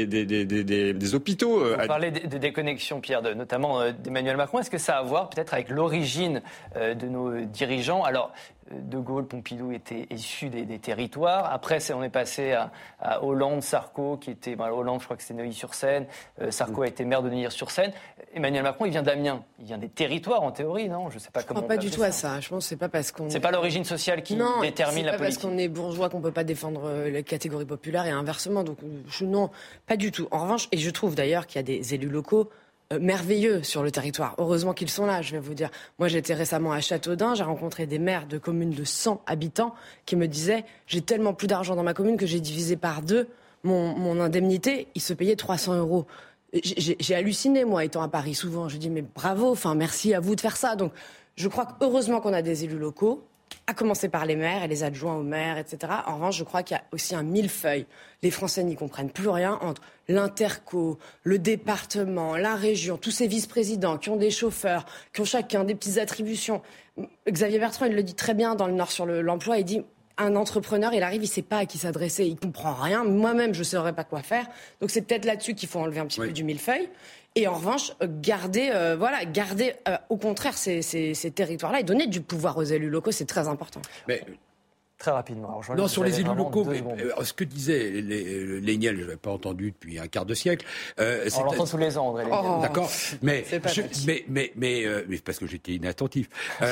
des hôpitaux. Vous parlez de déconnexion, Pierre, notamment d'Emmanuel Macron. Est-ce que ça a à voir peut-être avec l'origine de nos dirigeants? Alors, De Gaulle, Pompidou étaient issus des territoires. Après, on est passé à Hollande, Sarko, qui était... Hollande, je crois que c'était Neuilly-sur-Seine. Sarko a été maire de Neuilly-sur-Seine. Emmanuel Macron, il vient d'Amiens. Il vient des territoires, en théorie, non? Je ne sais pas comment... Je ne crois pas du tout à ça. Je pense que c'est pas parce qu'on... C'est pas l'origine sociale qui détermine la politique. Non, c'est pas parce qu'on est bourgeois qu'on ne peut pas défendre les catégories populaires et inversement. Donc, non, pas du tout. En revanche, et je trouve d'ailleurs qu'il y a des élus locaux merveilleux sur le territoire. Heureusement qu'ils sont là, je vais vous dire. Moi, j'étais récemment à Châteaudun, j'ai rencontré des maires de communes de 100 habitants qui me disaient « J'ai tellement plus d'argent dans ma commune que j'ai divisé par 2 mon indemnité, il se payait 300 €. » J'ai halluciné, moi, étant à Paris souvent. Je dis « Mais bravo, merci à vous de faire ça. » Donc, je crois heureusement qu'on a des élus locaux, à commencer par les maires et les adjoints aux maires, etc. En revanche, je crois qu'il y a aussi un millefeuille. Les Français n'y comprennent plus rien entre l'interco, le département, la région, tous ces vice-présidents qui ont des chauffeurs, qui ont chacun des petites attributions. Xavier Bertrand, il le dit très bien dans le Nord sur l'emploi, il dit un entrepreneur, il arrive, il ne sait pas à qui s'adresser, il ne comprend rien. Moi-même, je ne saurais pas quoi faire. Donc c'est peut-être là-dessus qu'il faut enlever un petit peu du millefeuille. Et en revanche, garder au contraire ces territoires-là et donner du pouvoir aux élus locaux, c'est très important. Mais très rapidement. Alors, non, sur les élus locaux, ce que disait Léniel, je ne l'avais pas entendu depuis un quart de siècle. On l'entend tous les ans, André Léniel. D'accord, mais parce que j'étais inattentif.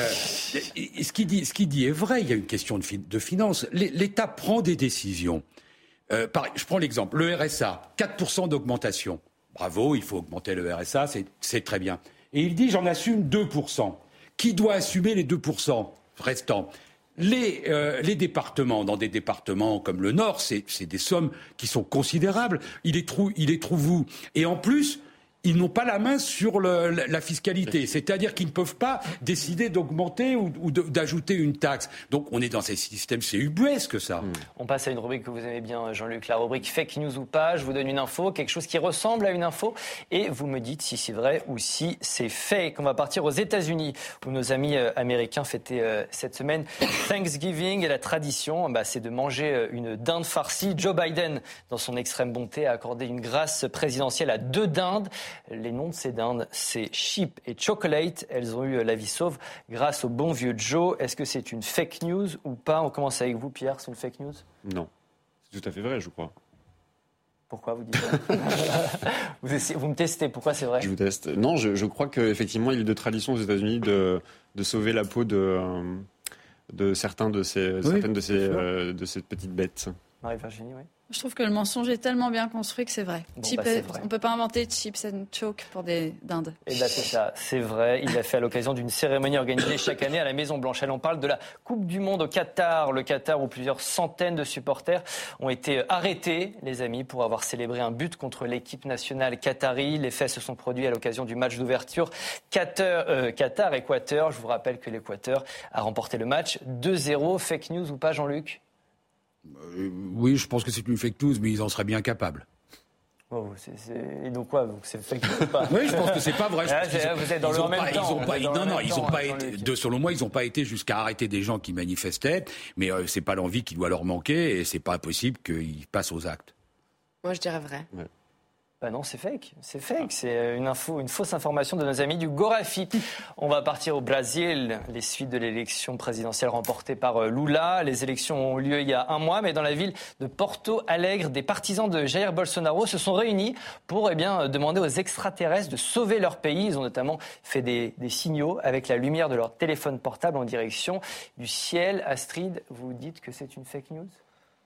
Ce qu'il dit est vrai, il y a une question de finances. L'État prend des décisions. Je prends l'exemple, le RSA, 4% d'augmentation. Bravo, il faut augmenter le RSA, c'est très bien. Et il dit, j'en assume 2%. Qui doit assumer les 2% restants? Les départements, dans des départements comme le Nord, c'est des sommes qui sont considérables. Il les trouve où? Et en plus, ils n'ont pas la main sur la fiscalité. C'est-à-dire qu'ils ne peuvent pas décider d'augmenter ou d'ajouter une taxe. Donc on est dans ces systèmes, c'est ubuesque ça. On passe à une rubrique que vous aimez bien, Jean-Luc, la rubrique fake news ou pas. Je vous donne une info, quelque chose qui ressemble à une info, et vous me dites si c'est vrai ou si c'est fake. On va partir aux États-Unis, où nos amis américains fêtaient cette semaine Thanksgiving, et la tradition, c'est de manger une dinde farcie. Joe Biden, dans son extrême bonté, a accordé une grâce présidentielle à 2 dindes. Les noms de ces dindes, c'est Chip et Chocolate. Elles ont eu la vie sauve grâce au bon vieux Joe. Est-ce que c'est une fake news ou pas? On commence avec vous, Pierre. C'est une fake news? Non, c'est tout à fait vrai, je crois. Pourquoi vous dites ça? Vous me testez, pourquoi c'est vrai? Je vous teste. Non, je crois qu'effectivement, il y a de tradition aux États-Unis de sauver la peau de certaines de ces petites bêtes. Marie-Virginie, oui. Je trouve que le mensonge est tellement bien construit que c'est vrai. C'est vrai. On ne peut pas inventer chips and choke pour des dindes. Et c'est ça, c'est vrai. Il l'a fait à l'occasion d'une cérémonie organisée chaque année à la Maison-Blanche. On parle de la Coupe du Monde au Qatar. Le Qatar où plusieurs centaines de supporters ont été arrêtés, les amis, pour avoir célébré un but contre l'équipe nationale qatari. Les faits se sont produits à l'occasion du match d'ouverture Qatar-Équateur. Je vous rappelle que l'Équateur a remporté le match 2-0. Fake news ou pas, Jean-Luc? Oui, je pense que c'est une fake news, mais ils en seraient bien capables. Oh, et donc quoi? Donc c'est fake news ou pas? Oui, je pense que c'est pas vrai. Vous êtes dans le même temps. Selon moi, ils n'ont pas été jusqu'à arrêter des gens qui manifestaient, mais c'est pas l'envie qui doit leur manquer, et c'est pas possible qu'ils passent aux actes. Moi, je dirais vrai. Ouais. Non, c'est fake. C'est une fausse information de nos amis du Gorafi. On va partir au Brésil. Les suites de l'élection présidentielle remportée par Lula. Les élections ont eu lieu il y a 1 mois, mais dans la ville de Porto Alegre, des partisans de Jair Bolsonaro se sont réunis pour demander aux extraterrestres de sauver leur pays. Ils ont notamment fait des signaux avec la lumière de leur téléphone portable en direction du ciel. Astrid, vous dites que c'est une fake news?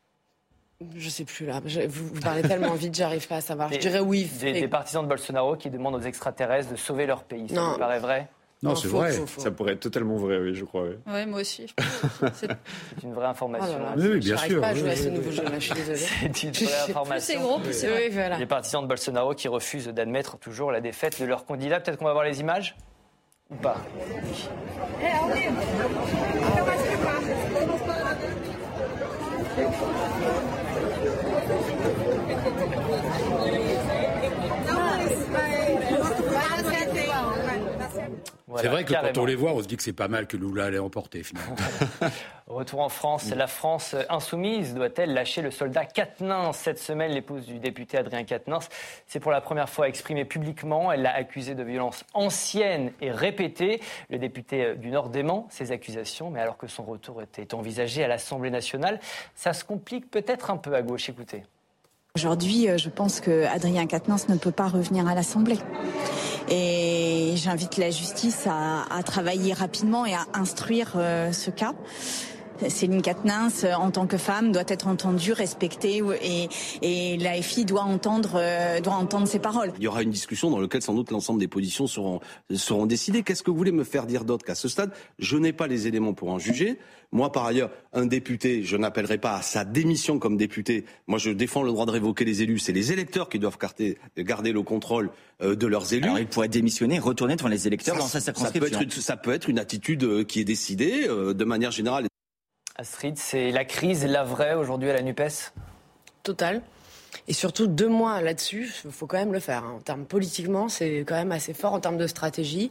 Je sais plus là. Vous parlez tellement vite, j'arrive pas à savoir. Je dirais oui. Des partisans de Bolsonaro qui demandent aux extraterrestres de sauver leur pays. Ça vous paraît vrai? Non, c'est vrai. Faux. Ça pourrait être totalement vrai, oui, je crois. Oui, moi aussi. C'est une vraie information. Oui, bien sûr. J'arrive pas à jouer à ce nouveau jeu, là, je suis désolée. C'est une vraie information. Plus c'est gros, plus c'est vrai. Oui, voilà. Les partisans de Bolsonaro qui refusent d'admettre toujours la défaite de leur candidat. Peut-être qu'on va voir les images? Ou pas? Voilà, c'est vrai que carrément. quand on les voit, on se dit que c'est pas mal que Lula allait emporter finalement. Retour en France, la France insoumise doit-elle lâcher le soldat Quatennens? Cette semaine, l'épouse du député Adrien Quatennens s'est pour la première fois exprimée publiquement. Elle l'a accusé de violences anciennes et répétées. Le député du Nord dément ces accusations, mais alors que son retour était envisagé à l'Assemblée nationale, ça se complique peut-être un peu à gauche. Écoutez. Aujourd'hui, je pense qu'Adrien Quatennens ne peut pas revenir à l'Assemblée. Et j'invite la justice à travailler rapidement et à instruire ce cas. Céline Quatennens, en tant que femme, doit être entendue, respectée, et l'AFI doit entendre ses paroles. Il y aura une discussion dans laquelle sans doute l'ensemble des positions seront décidées. Qu'est-ce que vous voulez me faire dire d'autre qu'à ce stade, je n'ai pas les éléments pour en juger. Moi, par ailleurs, un député, je n'appellerai pas à sa démission comme député. Moi, je défends le droit de révoquer les élus. C'est les électeurs qui doivent garder le contrôle de leurs élus. Alors, il pourrait démissionner, retourner devant les électeurs dans sa circonscription. Ça peut être une attitude qui est décidée de manière générale. Astrid, c'est la crise, la vraie, aujourd'hui à la NUPES? Total. Et surtout 2 mois là-dessus, il faut quand même le faire. En termes politiquement, c'est quand même assez fort en termes de stratégie.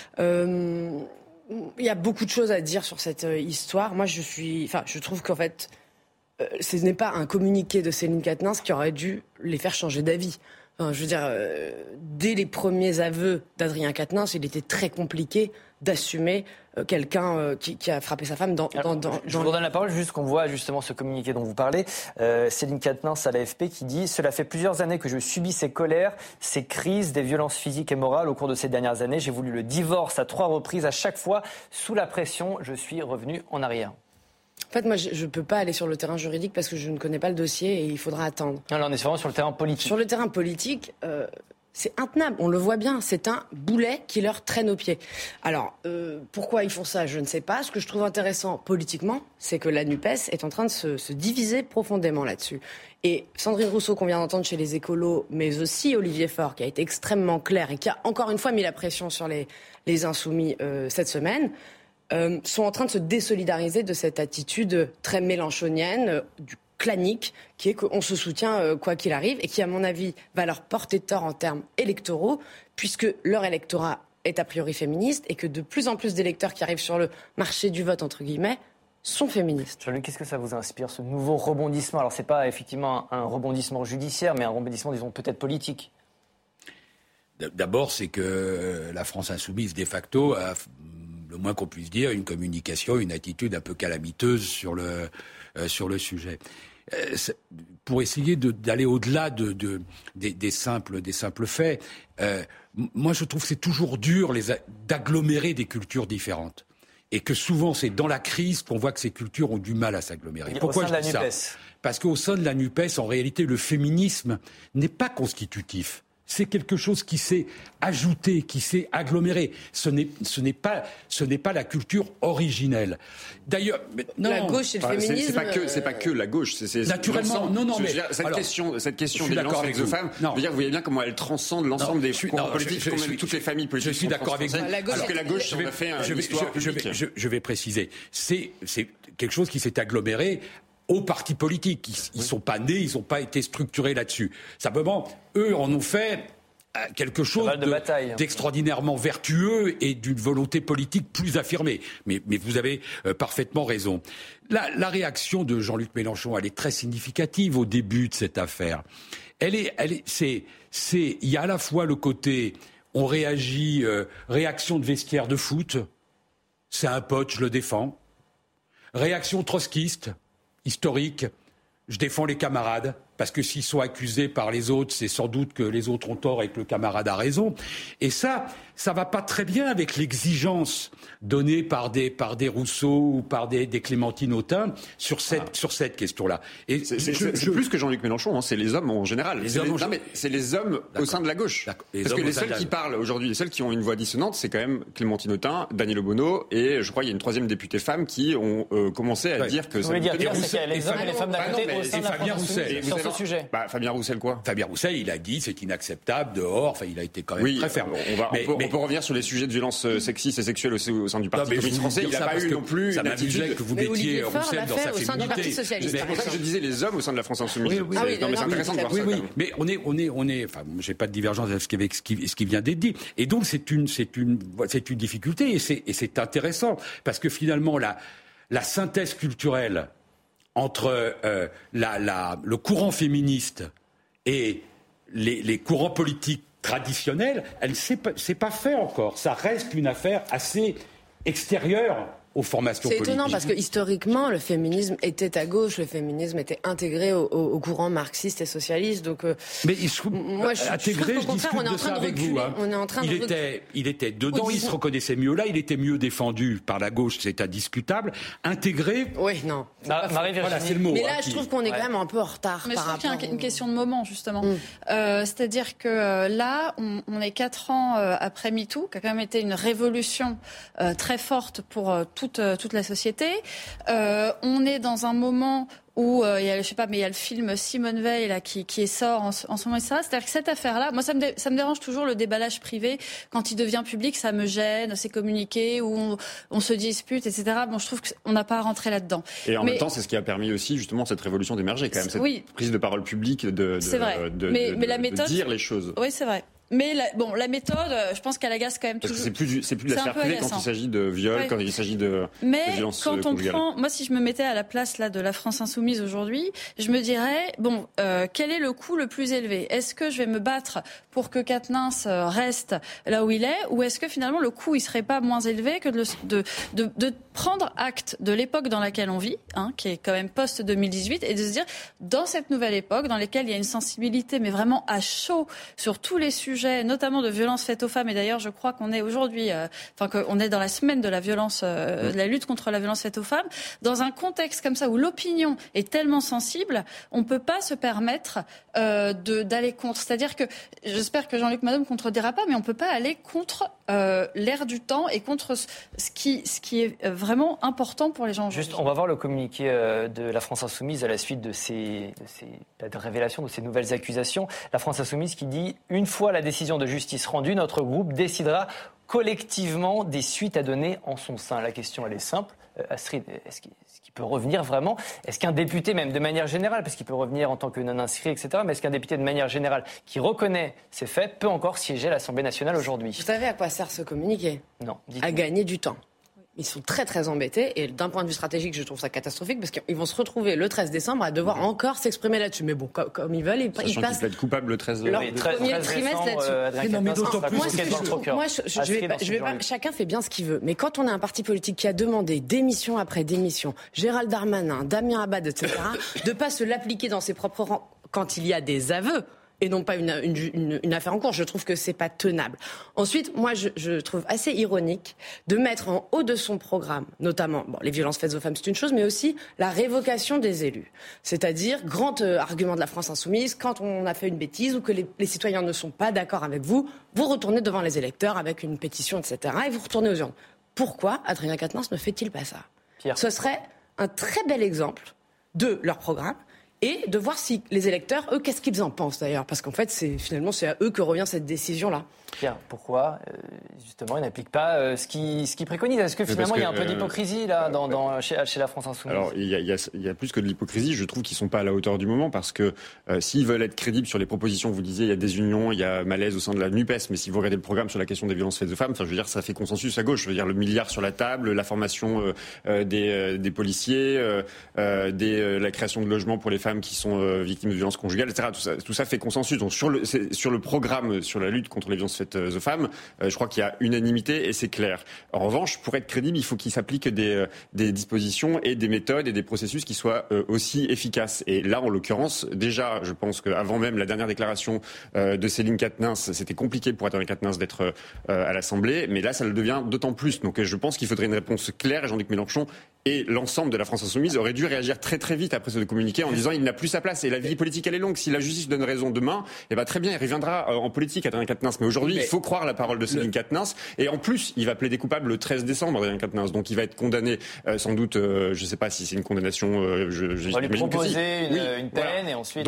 Il y a beaucoup de choses à dire sur cette histoire. Moi, je trouve qu'en fait, ce n'est pas un communiqué de Céline Quatennens qui aurait dû les faire changer d'avis. Enfin, je veux dire, dès les premiers aveux d'Adrien Quatennens, il était très compliqué d'assumer quelqu'un qui a frappé sa femme Je vous redonne la parole, juste qu'on voit justement ce communiqué dont vous parlez. Céline Quatennens à l'AFP qui dit « Cela fait plusieurs années que je subis ces colères, ces crises, des violences physiques et morales. Au cours de ces dernières années, j'ai voulu le divorce à 3 reprises. À chaque fois, sous la pression, je suis revenue en arrière. » En fait, moi, je ne peux pas aller sur le terrain juridique parce que je ne connais pas le dossier et il faudra attendre. Non, là, on est vraiment sur le terrain politique. Sur le terrain politique, c'est intenable, on le voit bien, c'est un boulet qui leur traîne aux pieds. Alors, pourquoi ils font ça, je ne sais pas. Ce que je trouve intéressant politiquement, c'est que la NUPES est en train de se diviser profondément là-dessus. Et Sandrine Rousseau, qu'on vient d'entendre chez les écolos, mais aussi Olivier Faure, qui a été extrêmement clair et qui a encore une fois mis la pression sur les insoumis cette semaine, sont en train de se désolidariser de cette attitude très mélenchonienne, du clanique, qui est qu'on se soutient quoi qu'il arrive, et qui, à mon avis, va leur porter tort en termes électoraux, puisque leur électorat est a priori féministe, et que de plus en plus d'électeurs qui arrivent sur le marché du vote, entre guillemets, sont féministes. Jean-Luc, qu'est-ce que ça vous inspire, ce nouveau rebondissement ? Alors, ce n'est pas effectivement un rebondissement judiciaire, mais un rebondissement, disons, peut-être politique. D'abord, c'est que la France insoumise, de facto, a, le moins qu'on puisse dire, une communication, une attitude un peu calamiteuse sur le sujet. Pour essayer d'aller au-delà des simples faits, moi je trouve que c'est toujours dur d'agglomérer des cultures différentes. Et que souvent c'est dans la crise qu'on voit que ces cultures ont du mal à s'agglomérer. Pourquoi je dis ça ? Parce qu'au sein de la NUPES, en réalité, le féminisme n'est pas constitutif. C'est quelque chose qui s'est ajouté, qui s'est aggloméré. Ce n'est pas la culture originelle. D'ailleurs, la gauche et le féminisme. C'est pas que la gauche. C'est naturellement. Non, mais cette question des violences faites aux femmes. Vous voyez bien comment elle transcende l'ensemble des courants politiques, toutes les familles politiques. Je suis d'accord avec vous. Alors que la gauche en a fait une histoire publique. Je vais préciser. C'est quelque chose qui s'est aggloméré aux partis politiques. Ils sont pas nés, ils n'ont pas été structurés là-dessus. Simplement, eux en ont fait quelque chose d'extraordinairement vertueux et d'une volonté politique plus affirmée. Mais vous avez parfaitement raison. La réaction de Jean-Luc Mélenchon, elle est très significative au début de cette affaire. Il y a à la fois le côté, on réagit, réaction de vestiaire de foot, c'est un pote, je le défends. Réaction trotskiste, historique, je défends les camarades, parce que s'ils sont accusés par les autres, c'est sans doute que les autres ont tort et que le camarade a raison. Et ça va pas très bien avec l'exigence donnée par des Rousseau ou par des Clémentine Autain sur cette question-là. Et c'est plus que Jean-Luc Mélenchon, hein, c'est les hommes en général. C'est les hommes au sein de la gauche. Parce que les seuls qui parlent aujourd'hui, les seuls qui ont une voix dissonante, c'est quand même Clémentine Autain, Daniel Obono, et je crois qu'il y a une troisième députée femme qui ont commencé à dire que ça veut dire c'est qu'il y a les hommes et les femmes d'un côté au sein de la France Insoumise sur ce sujet. Fabien Roussel quoi ? Fabien Roussel, il a dit c'est inacceptable dehors. Enfin, il a été quand même très ferme. On peut revenir sur les sujets de violence sexistes et sexuelles au sein du Parti communiste français. Il n'a pas eu non plus une attitude que vous mettiez Roussel dans sa féminité. C'est pour ça que je disais les hommes au sein de la France insoumise. Non, mais c'est intéressant de voir ça. Oui, mais on est. Enfin, j'ai pas de divergence avec ce qui vient d'être dit. Et donc c'est une difficulté et c'est intéressant parce que finalement la synthèse culturelle entre le courant féministe et les courants politiques traditionnels, c'est pas fait encore. Ça reste une affaire assez extérieure aux formations politiques. C'est étonnant parce que historiquement, le féminisme était à gauche, le féminisme était intégré au courant marxiste et socialiste. Donc, mais moi, intégré, je discute de ça avec vous. Hein. On est en train il était dedans, il se reconnaissait mieux là, il était mieux défendu par la gauche, c'est indiscutable. Intégré. Oui, non. Voilà, c'est le mot. Mais là, je trouve qu'on est quand même un peu en retard. Mais je trouve qu'il y a une question de moment, justement. C'est-à-dire que là, on est 4 ans après MeToo, qui a quand même été une révolution très forte pour toute la société. On est dans un moment où il y a le film Simone Veil là qui sort en ce moment et ça. C'est-à-dire que cette affaire-là, moi ça me dérange toujours le déballage privé quand il devient public, ça me gêne, c'est communiqué où on se dispute, etc. Bon, je trouve qu'on n'a pas à rentrer là-dedans. Et en même temps, c'est ce qui a permis aussi justement cette révolution d'émerger quand même, cette prise de parole publique de la méthode, dire les choses. Oui, c'est vrai. Mais la méthode, je pense qu'elle agace quand même toujours. Parce que c'est plus de la sphère privée quand il s'agit de viol, quand il s'agit de violence conjugale. Mais quand on prend, moi si je me mettais à la place là de la France insoumise aujourd'hui, je me dirais quel est le coût le plus élevé ? Est-ce que je vais me battre pour que Quatennens reste là où il est, ou est-ce que finalement le coût il serait pas moins élevé que de prendre acte de l'époque dans laquelle on vit, qui est quand même post 2018, et de se dire dans cette nouvelle époque dans laquelle il y a une sensibilité mais vraiment à chaud sur tous les sujets sujet, notamment de violences faites aux femmes, et d'ailleurs je crois qu'on est aujourd'hui, qu'on est dans la semaine de la violence, de la lutte contre la violence faite aux femmes, dans un contexte comme ça où l'opinion est tellement sensible, on ne peut pas se permettre d'aller contre. C'est-à-dire que, j'espère que Jean-Luc Madame ne contredira pas, mais on ne peut pas aller contre l'air du temps et contre ce qui est vraiment important pour les gens aujourd'hui. Juste, on va voir le communiqué de la France Insoumise à la suite de ces révélations, de ces nouvelles accusations. La France Insoumise qui dit « Une fois la décision de justice rendue, notre groupe décidera collectivement des suites à donner en son sein ». La question, elle est simple. Astrid, est-ce qu'il peut revenir vraiment ? Est-ce qu'un député, même de manière générale, parce qu'il peut revenir en tant que non-inscrit, etc., mais est-ce qu'un député de manière générale qui reconnaît ces faits peut encore siéger à l'Assemblée nationale aujourd'hui ? Vous savez à quoi sert ce communiqué ? Non. À gagner du temps. Ils sont très très embêtés et d'un point de vue stratégique, je trouve ça catastrophique parce qu'ils vont se retrouver le 13 décembre à devoir encore s'exprimer là-dessus. Mais bon, comme ils veulent, ils passent. Sachant qu'ils plaident coupables le 13 leur premier trimestre là-dessus. Non, mais d'autant plus. Moi, je vais pas. Chacun fait bien ce qu'il veut. Mais quand on a un parti politique qui a demandé démission après démission, Gérald Darmanin, Damien Abad, etc., de pas se l'appliquer dans ses propres rangs quand il y a des aveux. Et non pas une affaire en cours. Je trouve que c'est pas tenable. Ensuite, moi, je trouve assez ironique de mettre en haut de son programme, notamment les violences faites aux femmes, c'est une chose, mais aussi la révocation des élus. C'est-à-dire, grand argument de la France Insoumise, quand on a fait une bêtise ou que les citoyens ne sont pas d'accord avec vous, vous retournez devant les électeurs avec une pétition, etc. et vous retournez aux urnes. Pourquoi Adrien Quatennens ne fait-il pas ça ? Pierre. Ce serait un très bel exemple de leur programme. Et de voir si les électeurs, eux, qu'est-ce qu'ils en pensent d'ailleurs ? Parce qu'en fait, c'est à eux que revient cette décision-là. Pierre, pourquoi justement ils n'appliquent pas ce qu'ils préconisent ? Est-ce que finalement il y a un peu d'hypocrisie là chez la France Insoumise ? Alors il y a plus que de l'hypocrisie. Je trouve qu'ils sont pas à la hauteur du moment parce que s'ils veulent être crédibles sur les propositions, vous disiez il y a désunion, il y a malaise au sein de la NUPES, mais si vous regardez le programme sur la question des violences faites aux femmes, je veux dire ça fait consensus à gauche. Je veux dire le milliard sur la table, la formation des policiers, la création de logements pour les femmes qui sont victimes de violences conjugales, etc. Tout ça fait consensus. Donc sur le programme sur la lutte contre les violences faites aux femmes, je crois qu'il y a unanimité et c'est clair. En revanche, pour être crédible, il faut qu'il s'applique des dispositions et des méthodes et des processus qui soient aussi efficaces. Et là, en l'occurrence, déjà, je pense qu'avant même la dernière déclaration de Céline Quatennens, c'était compliqué pour Adrien Quatennens d'être à l'Assemblée, mais là, ça le devient d'autant plus. Donc je pense qu'il faudrait une réponse claire et Jean-Luc Mélenchon et l'ensemble de la France Insoumise aurait dû réagir très très vite après ce communiqué en disant il n'a plus sa place et la vie politique elle est longue. Si la justice donne raison demain, très bien, il reviendra en politique Adrien Quatennens. Mais aujourd'hui, il faut croire la parole de Céline Quatennens et en plus, il va plaider coupable le 13 décembre Adrien Quatennens. Donc il va être condamné sans doute, je ne sais pas si c'est une condamnation. On va lui proposer une peine et ensuite.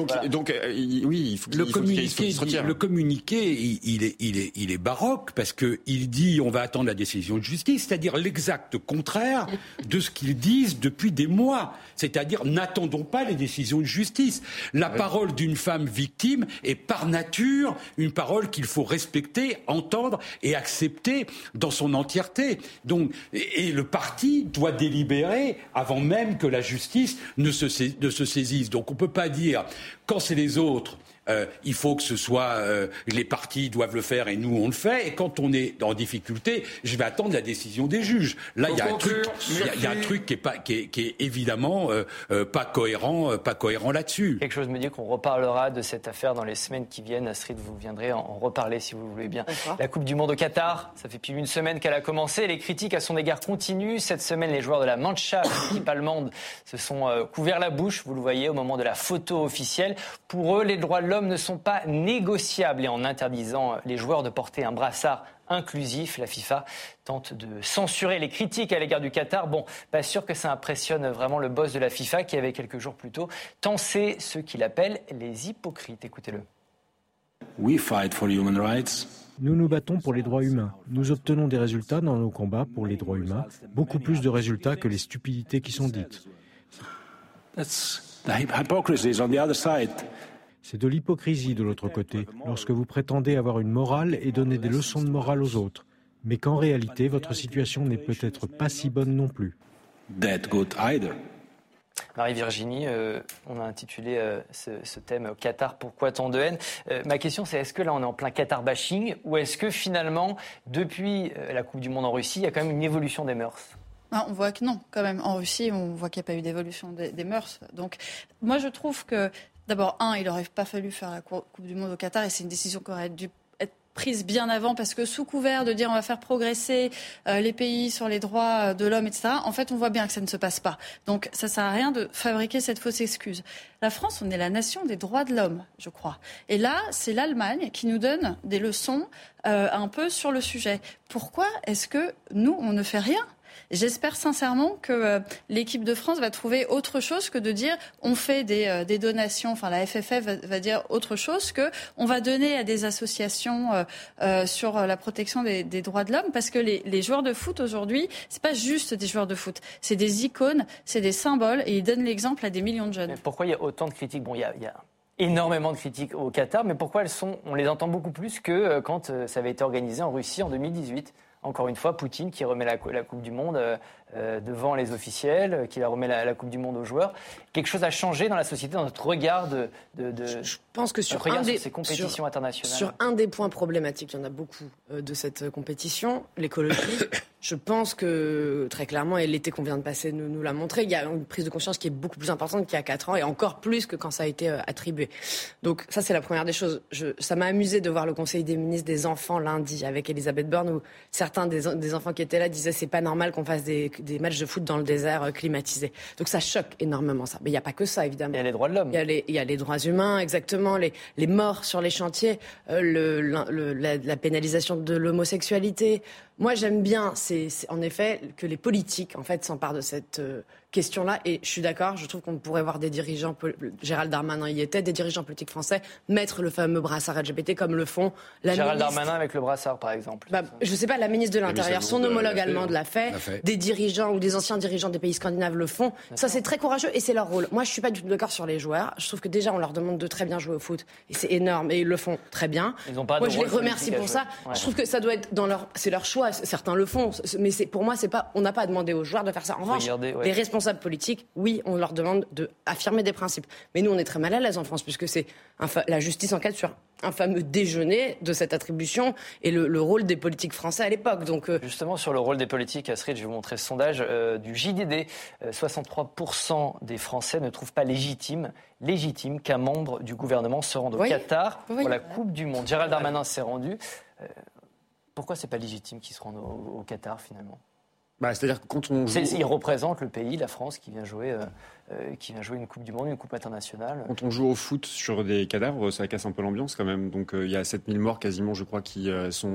Oui, il faut qu'il se retire. Le communiqué, il est baroque parce que il dit on va attendre la décision de justice, c'est-à-dire l'exact contraire de ce qu'ils disent depuis des mois. C'est-à-dire, n'attendons pas les décisions de justice. La parole d'une femme victime est par nature une parole qu'il faut respecter, entendre et accepter dans son entièreté. Donc, et le parti doit délibérer avant même que la justice ne se saisisse. Donc, on ne peut pas dire, quand c'est les autres, il faut que ce soit les partis doivent le faire et nous on le fait, et quand on est en difficulté, je vais attendre la décision des juges. Là il y a un truc qui est évidemment pas cohérent là-dessus. Quelque chose me dit qu'on reparlera de cette affaire dans les semaines qui viennent. Astrid, vous viendrez en reparler si vous voulez bien. La Coupe du Monde au Qatar, ça fait plus d'une semaine qu'elle a commencé, les critiques à son égard continuent. Cette semaine, les joueurs de la Mannschaft, l'équipe allemande, se sont couverts la bouche, vous le voyez au moment de la photo officielle. Pour eux, les droits de l'homme ne sont pas négociables et en interdisant les joueurs de porter un brassard inclusif, la FIFA tente de censurer les critiques à l'égard du Qatar. Bon, pas sûr que ça impressionne vraiment le boss de la FIFA qui avait quelques jours plus tôt tensé ceux qu'il appelle les hypocrites. Écoutez-le. We fight for human rights. Nous nous battons pour les droits humains. Nous obtenons des résultats dans nos combats pour les droits humains, beaucoup plus de résultats que les stupidités qui sont dites. C'est de l'hypocrisie de l'autre côté, lorsque vous prétendez avoir une morale et donner des leçons de morale aux autres, mais qu'en réalité, votre situation n'est peut-être pas si bonne non plus. That good either. Marie-Virginie, on a intitulé ce thème « Qatar, pourquoi tant de haine ?» Ma question, c'est est-ce que là, on est en plein Qatar bashing ou est-ce que finalement, depuis la Coupe du Monde en Russie, il y a quand même une évolution des mœurs ? On voit que non, quand même. En Russie, on voit qu'il n'y a pas eu d'évolution des mœurs. Donc, moi, je trouve que, d'abord, il n'aurait pas fallu faire la Coupe du Monde au Qatar et c'est une décision qui aurait dû être prise bien avant, parce que sous couvert de dire on va faire progresser les pays sur les droits de l'homme, etc., en fait, on voit bien que ça ne se passe pas. Donc, ça sert à rien de fabriquer cette fausse excuse. La France, on est la nation des droits de l'homme, je crois. Et là, c'est l'Allemagne qui nous donne des leçons un peu sur le sujet. Pourquoi est-ce que nous, on ne fait rien ? J'espère sincèrement que l'équipe de France va trouver autre chose que de dire on fait des donations. Enfin, la FFF va dire autre chose que on va donner à des associations sur la protection des droits de l'homme, parce que les joueurs de foot aujourd'hui, c'est pas juste des joueurs de foot, c'est des icônes, c'est des symboles, et ils donnent l'exemple à des millions de jeunes. Mais pourquoi il y a autant de critiques ? Bon, il y a énormément de critiques au Qatar, mais pourquoi on les entend beaucoup plus que quand ça avait été organisé en Russie en 2018 ? Encore une fois, Poutine qui remet la Coupe du Monde devant les officiels, qui la remet la Coupe du Monde aux joueurs. Quelque chose a changé dans la société, dans notre regard Je pense que sur ces compétitions internationales. Sur un des points problématiques, il y en a beaucoup de cette compétition, l'écologie. Je pense que, très clairement, et l'été qu'on vient de passer nous l'a montré, il y a une prise de conscience qui est beaucoup plus importante qu'il y a 4 ans, et encore plus que quand ça a été attribué. Donc ça, c'est la première des choses. Ça m'a amusé de voir le Conseil des ministres des enfants lundi avec Elisabeth Borne, où certains des enfants qui étaient là disaient c'est pas normal qu'on fasse des matchs de foot dans le désert climatisé. Donc ça choque énormément, ça. Mais il n'y a pas que ça, évidemment. Il y a les droits de l'homme. Il y a les droits humains, exactement, les morts sur les chantiers, la pénalisation de l'homosexualité. Moi, j'aime bien, c'est en effet que les politiques en fait s'emparent de cette question-là, et je suis d'accord, je trouve qu'on pourrait voir des dirigeants, Gérald Darmanin y était, des dirigeants politiques français mettre le fameux brassard LGBT comme le font la Gérald ministre... Darmanin avec le brassard, par exemple. Je sais pas, la ministre de l'Intérieur, son homologue allemande l'a fait, des dirigeants ou des anciens dirigeants des pays scandinaves le font. Ça, c'est très courageux et c'est leur rôle. Moi, je suis pas du tout d'accord sur les joueurs. Je trouve que déjà, on leur demande de très bien jouer au foot et c'est énorme, et ils le font très bien. Moi, je les remercie pour ça. Ouais. Je trouve que ça doit être c'est leur choix. Certains le font, mais pour moi, c'est pas, on n'a pas à demander aux joueurs de faire ça. En revanche, les responsables politiques, oui, on leur demande d'affirmer des principes. Mais nous, on est très mal à l'aise en France, puisque c'est la justice enquête sur un fameux déjeuner de cette attribution et le rôle des politiques français à l'époque. Donc, justement, sur le rôle des politiques, Astrid, je vais vous montrer ce sondage du JDD. 63% des Français ne trouvent pas légitime qu'un membre du gouvernement se rende au Qatar pour la Coupe du Monde. Gérald Darmanin s'est rendu. Pourquoi c'est pas légitime qu'il se rende au Qatar, finalement ? C'est-à-dire que quand on joue... Il représente le pays, la France, qui vient jouer une Coupe du Monde, une Coupe internationale. Quand on joue au foot sur des cadavres, ça casse un peu l'ambiance quand même. Donc il y a 7000 morts quasiment, je crois, qui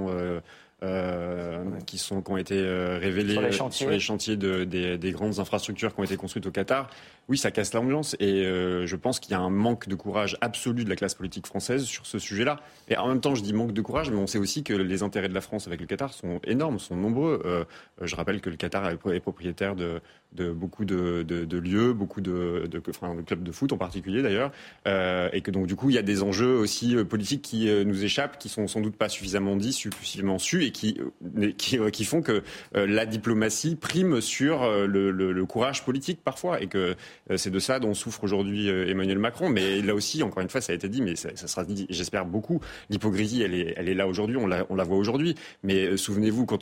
ont été révélés sur les chantiers des grandes infrastructures qui ont été construites au Qatar. Oui, ça casse l'ambiance, et je pense qu'il y a un manque de courage absolu de la classe politique française sur ce sujet-là. Et en même temps, je dis manque de courage, mais on sait aussi que les intérêts de la France avec le Qatar sont énormes, sont nombreux. Je rappelle que le Qatar est propriétaire de beaucoup de lieux, beaucoup de clubs de foot en particulier d'ailleurs, et que donc du coup il y a des enjeux aussi politiques qui nous échappent, qui sont sans doute pas suffisamment dits, suffisamment su, et qui font que la diplomatie prime sur le courage politique parfois, et que c'est de ça dont souffre aujourd'hui Emmanuel Macron. Mais là aussi, encore une fois, ça a été dit, mais ça sera dit, j'espère, beaucoup. L'hypocrisie, elle est là aujourd'hui, on la voit aujourd'hui. Mais souvenez-vous, quand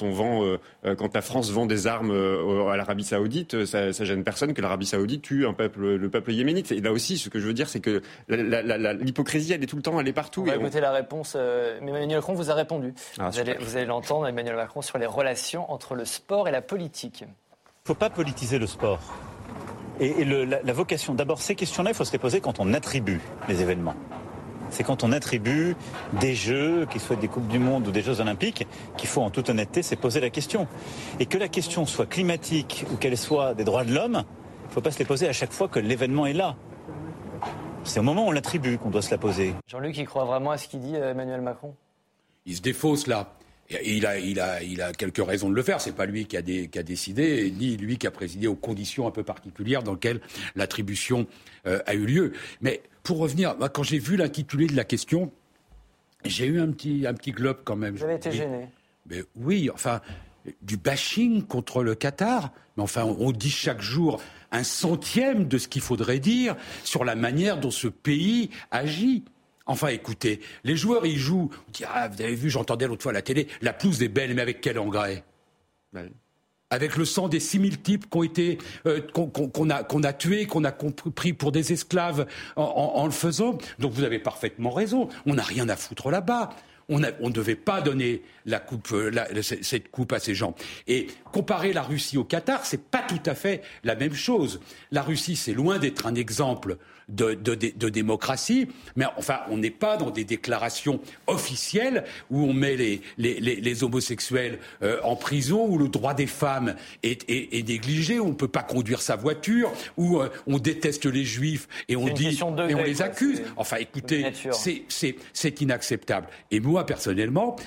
la France vend des armes à l'Arabie Saoudite, ça gêne personne que l'Arabie Saoudite tue le peuple yéménite. Et là aussi, ce que je veux dire, c'est que l'hypocrisie, elle est tout le temps, elle est partout. On va écouter la réponse. Emmanuel Macron vous a répondu. Vous allez l'entendre, Emmanuel Macron, sur les relations entre le sport et la politique. Il ne faut pas politiser le sport. Et la vocation, d'abord, ces questions-là, il faut se les poser quand on attribue les événements. C'est quand on attribue des Jeux, qu'ils soient des Coupes du Monde ou des Jeux Olympiques, qu'il faut en toute honnêteté se poser la question. Et que la question soit climatique ou qu'elle soit des droits de l'homme, il ne faut pas se les poser à chaque fois que l'événement est là. C'est au moment où on l'attribue qu'on doit se la poser. Jean-Luc, il croit vraiment à ce qu'il dit Emmanuel Macron ? Il se défausse là. Et il a quelques raisons de le faire. C'est pas lui qui a décidé, ni lui qui a présidé aux conditions un peu particulières dans lesquelles l'attribution a eu lieu. Mais pour revenir, quand j'ai vu l'intitulé de la question, j'ai eu un petit globe quand même. Vous avez été gêné. Mais oui, enfin, du bashing contre le Qatar. Mais enfin, on dit chaque jour un centième de ce qu'il faudrait dire sur la manière dont ce pays agit. Enfin, écoutez, les joueurs, ils jouent. On dit, vous avez vu, j'entendais l'autre fois à la télé, la pelouse est belle, mais avec quel engrais ? Avec le sang des 6000 types qui ont été, qu'on a tués, qu'on a pris pour des esclaves en le faisant. Donc vous avez parfaitement raison. On n'a rien à foutre là-bas. on ne devait pas donner cette coupe à ces gens. Et comparer la Russie au Qatar, c'est pas tout à fait la même chose. La Russie, c'est loin d'être un exemple de démocratie, mais enfin, on n'est pas dans des déclarations officielles où on met les homosexuels en prison, où le droit des femmes est négligé, où on ne peut pas conduire sa voiture, où on déteste les juifs et on les accuse. Enfin, écoutez, c'est inacceptable. Et moi, personnellement,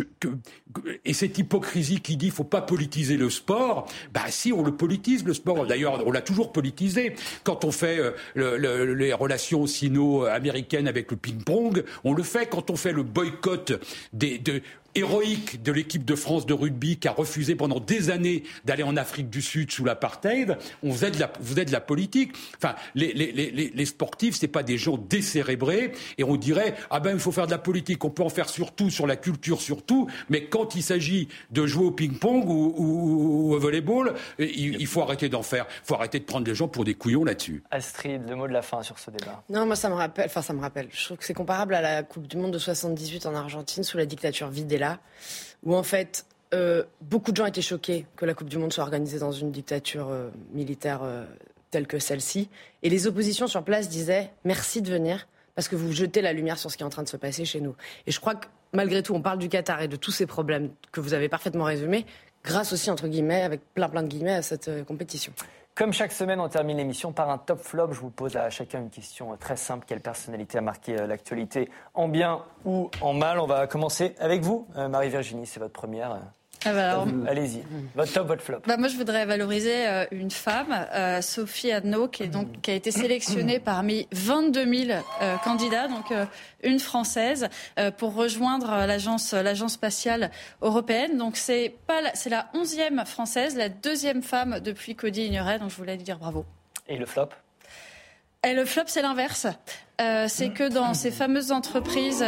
et cette hypocrisie qui dit qu'il ne faut pas politiser le sport, si, on le politise, le sport. D'ailleurs, on l'a toujours politisé. Quand on fait les relations sino-américaines avec le ping-pong, on le fait. Quand on fait le boycott héroïque de l'équipe de France de rugby qui a refusé pendant des années d'aller en Afrique du Sud sous l'apartheid, on faisait de la politique. Enfin, les sportifs, c'est pas des gens décérébrés et on dirait il faut faire de la politique, on peut en faire surtout sur la culture surtout, mais quand il s'agit de jouer au ping-pong ou au volleyball, il faut arrêter d'en faire. Il faut arrêter de prendre les gens pour des couillons là-dessus. Astrid, le mot de la fin sur ce débat. Non, moi ça me rappelle. Je trouve que c'est comparable à la Coupe du Monde de 78 en Argentine sous la dictature Videla, où en fait beaucoup de gens étaient choqués que la Coupe du Monde soit organisée dans une dictature militaire telle que celle-ci. Et les oppositions sur place disaient « merci de venir parce que vous jetez la lumière sur ce qui est en train de se passer chez nous ». Et je crois que malgré tout, on parle du Qatar et de tous ces problèmes que vous avez parfaitement résumés, grâce aussi, entre guillemets, avec plein de guillemets, à cette compétition. Comme chaque semaine, on termine l'émission par un top flop. Je vous pose à chacun une question très simple. Quelle personnalité a marqué l'actualité en bien ou en mal? On va commencer avec vous, Marie-Virginie, c'est votre première. Allez-y, votre top, votre flop. Moi, je voudrais valoriser une femme, Sophie Adno, qui a été sélectionnée parmi 22 000 candidats, donc une Française, pour rejoindre l'agence spatiale européenne. Donc c'est la 11e Française, la 2e femme depuis Cody Ignoret, donc je voulais lui dire bravo. Et le flop? Et le flop, c'est l'inverse. C'est que dans ces fameuses entreprises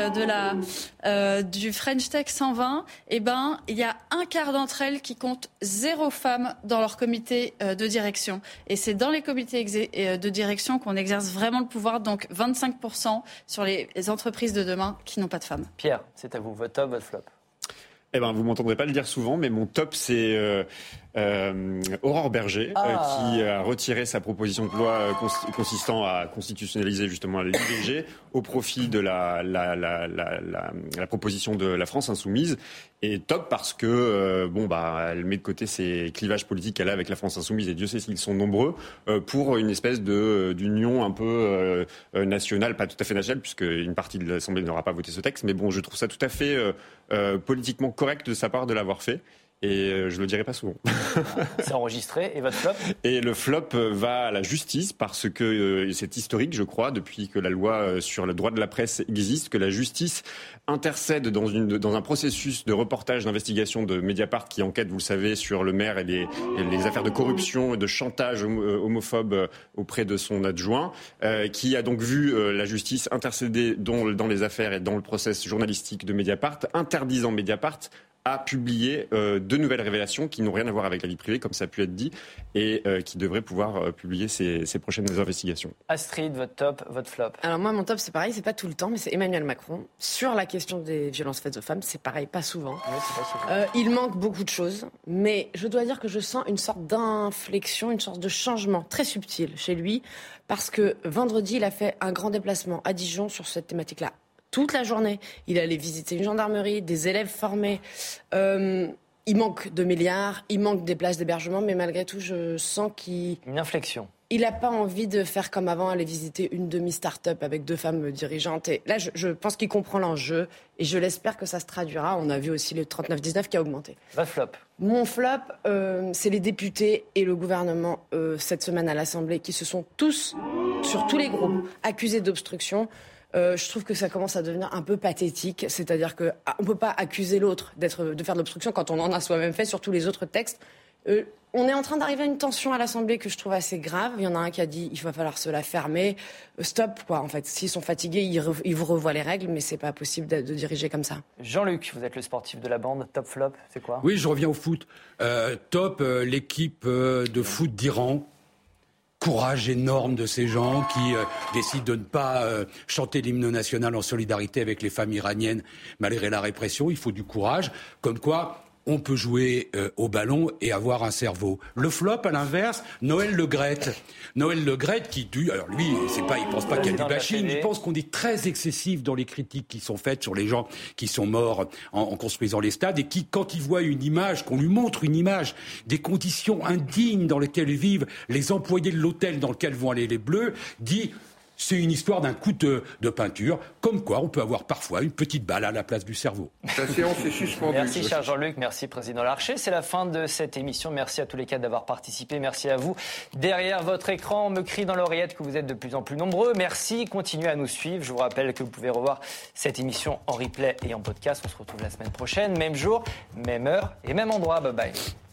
du French Tech 120, il y a un quart d'entre elles qui comptent 0 femmes dans leur comité de direction. Et c'est dans les comités de direction qu'on exerce vraiment le pouvoir, donc 25% sur les entreprises de demain qui n'ont pas de femmes. Pierre, c'est à vous, votre top, votre flop. Vous m'entendrez pas le dire souvent, mais mon top, c'est Aurore Berger, qui a retiré sa proposition de loi consistant à constitutionnaliser justement l'IVG au profit de la proposition de la France Insoumise. Et top parce que elle met de côté ces clivages politiques qu'elle a avec la France Insoumise, et Dieu sait s'ils sont nombreux, pour une espèce d'union un peu nationale, pas tout à fait nationale, puisque une partie de l'Assemblée n'aura pas voté ce texte. Mais je trouve ça tout à fait politiquement correct de sa part de l'avoir fait. Et je le dirai pas souvent. C'est enregistré. Et votre flop? Et le flop va à la justice parce que c'est historique, je crois, depuis que la loi sur le droit de la presse existe, que la justice intercède dans un processus de reportage, d'investigation de Mediapart qui enquête, vous le savez, sur le maire et les affaires de corruption et de chantage homophobe auprès de son adjoint, qui a donc vu la justice intercéder dans les affaires et dans le process journalistique de Mediapart, interdisant Mediapart a publié 2 nouvelles révélations qui n'ont rien à voir avec la vie privée, comme ça a pu être dit, et qui devraient pouvoir publier ces prochaines investigations. Astrid, votre top, votre flop? Alors moi, mon top, c'est pareil, c'est pas tout le temps, mais c'est Emmanuel Macron. Sur la question des violences faites aux femmes, c'est pareil, pas souvent. Oui, c'est pas souvent. Il manque beaucoup de choses, mais je dois dire que je sens une sorte d'inflexion, une sorte de changement très subtil chez lui, parce que vendredi, il a fait un grand déplacement à Dijon sur cette thématique-là. Toute la journée, il allait visiter une gendarmerie, des élèves formés. Il manque de milliards, il manque des places d'hébergement, mais malgré tout, je sens une inflexion. Il n'a pas envie de faire comme avant, aller visiter une demi-start-up avec 2 femmes dirigeantes. Et là, je pense qu'il comprend l'enjeu et je l'espère que ça se traduira. On a vu aussi le 39-19 qui a augmenté. Votre flop? Mon flop, c'est les députés et le gouvernement cette semaine à l'Assemblée qui se sont tous, sur tous les groupes, accusés d'obstruction. Je trouve que ça commence à devenir un peu pathétique. C'est-à-dire qu'on ne peut pas accuser l'autre de faire de l'obstruction quand on en a soi-même fait sur tous les autres textes. On est en train d'arriver à une tension à l'Assemblée que je trouve assez grave. Il y en a un qui a dit il va falloir se la fermer. Stop, quoi, en fait. S'ils sont fatigués, ils vous revoient les règles, mais c'est pas possible de diriger comme ça. Jean-Luc, vous êtes le sportif de la bande. Top, flop, c'est quoi? Oui, je reviens au foot. Top, l'équipe de foot d'Iran. courage énorme de ces gens qui décident de ne pas chanter l'hymne national en solidarité avec les femmes iraniennes malgré la répression. Il faut du courage, comme quoi on peut jouer au ballon et avoir un cerveau. Le flop, à l'inverse, Noël Le Graët. Noël Le Graët qui, alors lui, il pense pas qu'il y a du bashing, il pense qu'on est très excessif dans les critiques qui sont faites sur les gens qui sont morts en construisant les stades et qui, quand il voit une image, qu'on lui montre une image des conditions indignes dans lesquelles vivent les employés de l'hôtel dans lequel vont aller les Bleus, dit... C'est une histoire d'un coup de peinture, comme quoi on peut avoir parfois une petite balle à la place du cerveau. La séance est suspendue. Merci cher Jean-Luc, merci Président Larcher. C'est la fin de cette émission. Merci à tous les quatre d'avoir participé. Merci à vous. Derrière votre écran, on me crie dans l'oreillette que vous êtes de plus en plus nombreux. Merci, continuez à nous suivre. Je vous rappelle que vous pouvez revoir cette émission en replay et en podcast. On se retrouve la semaine prochaine, même jour, même heure et même endroit. Bye bye.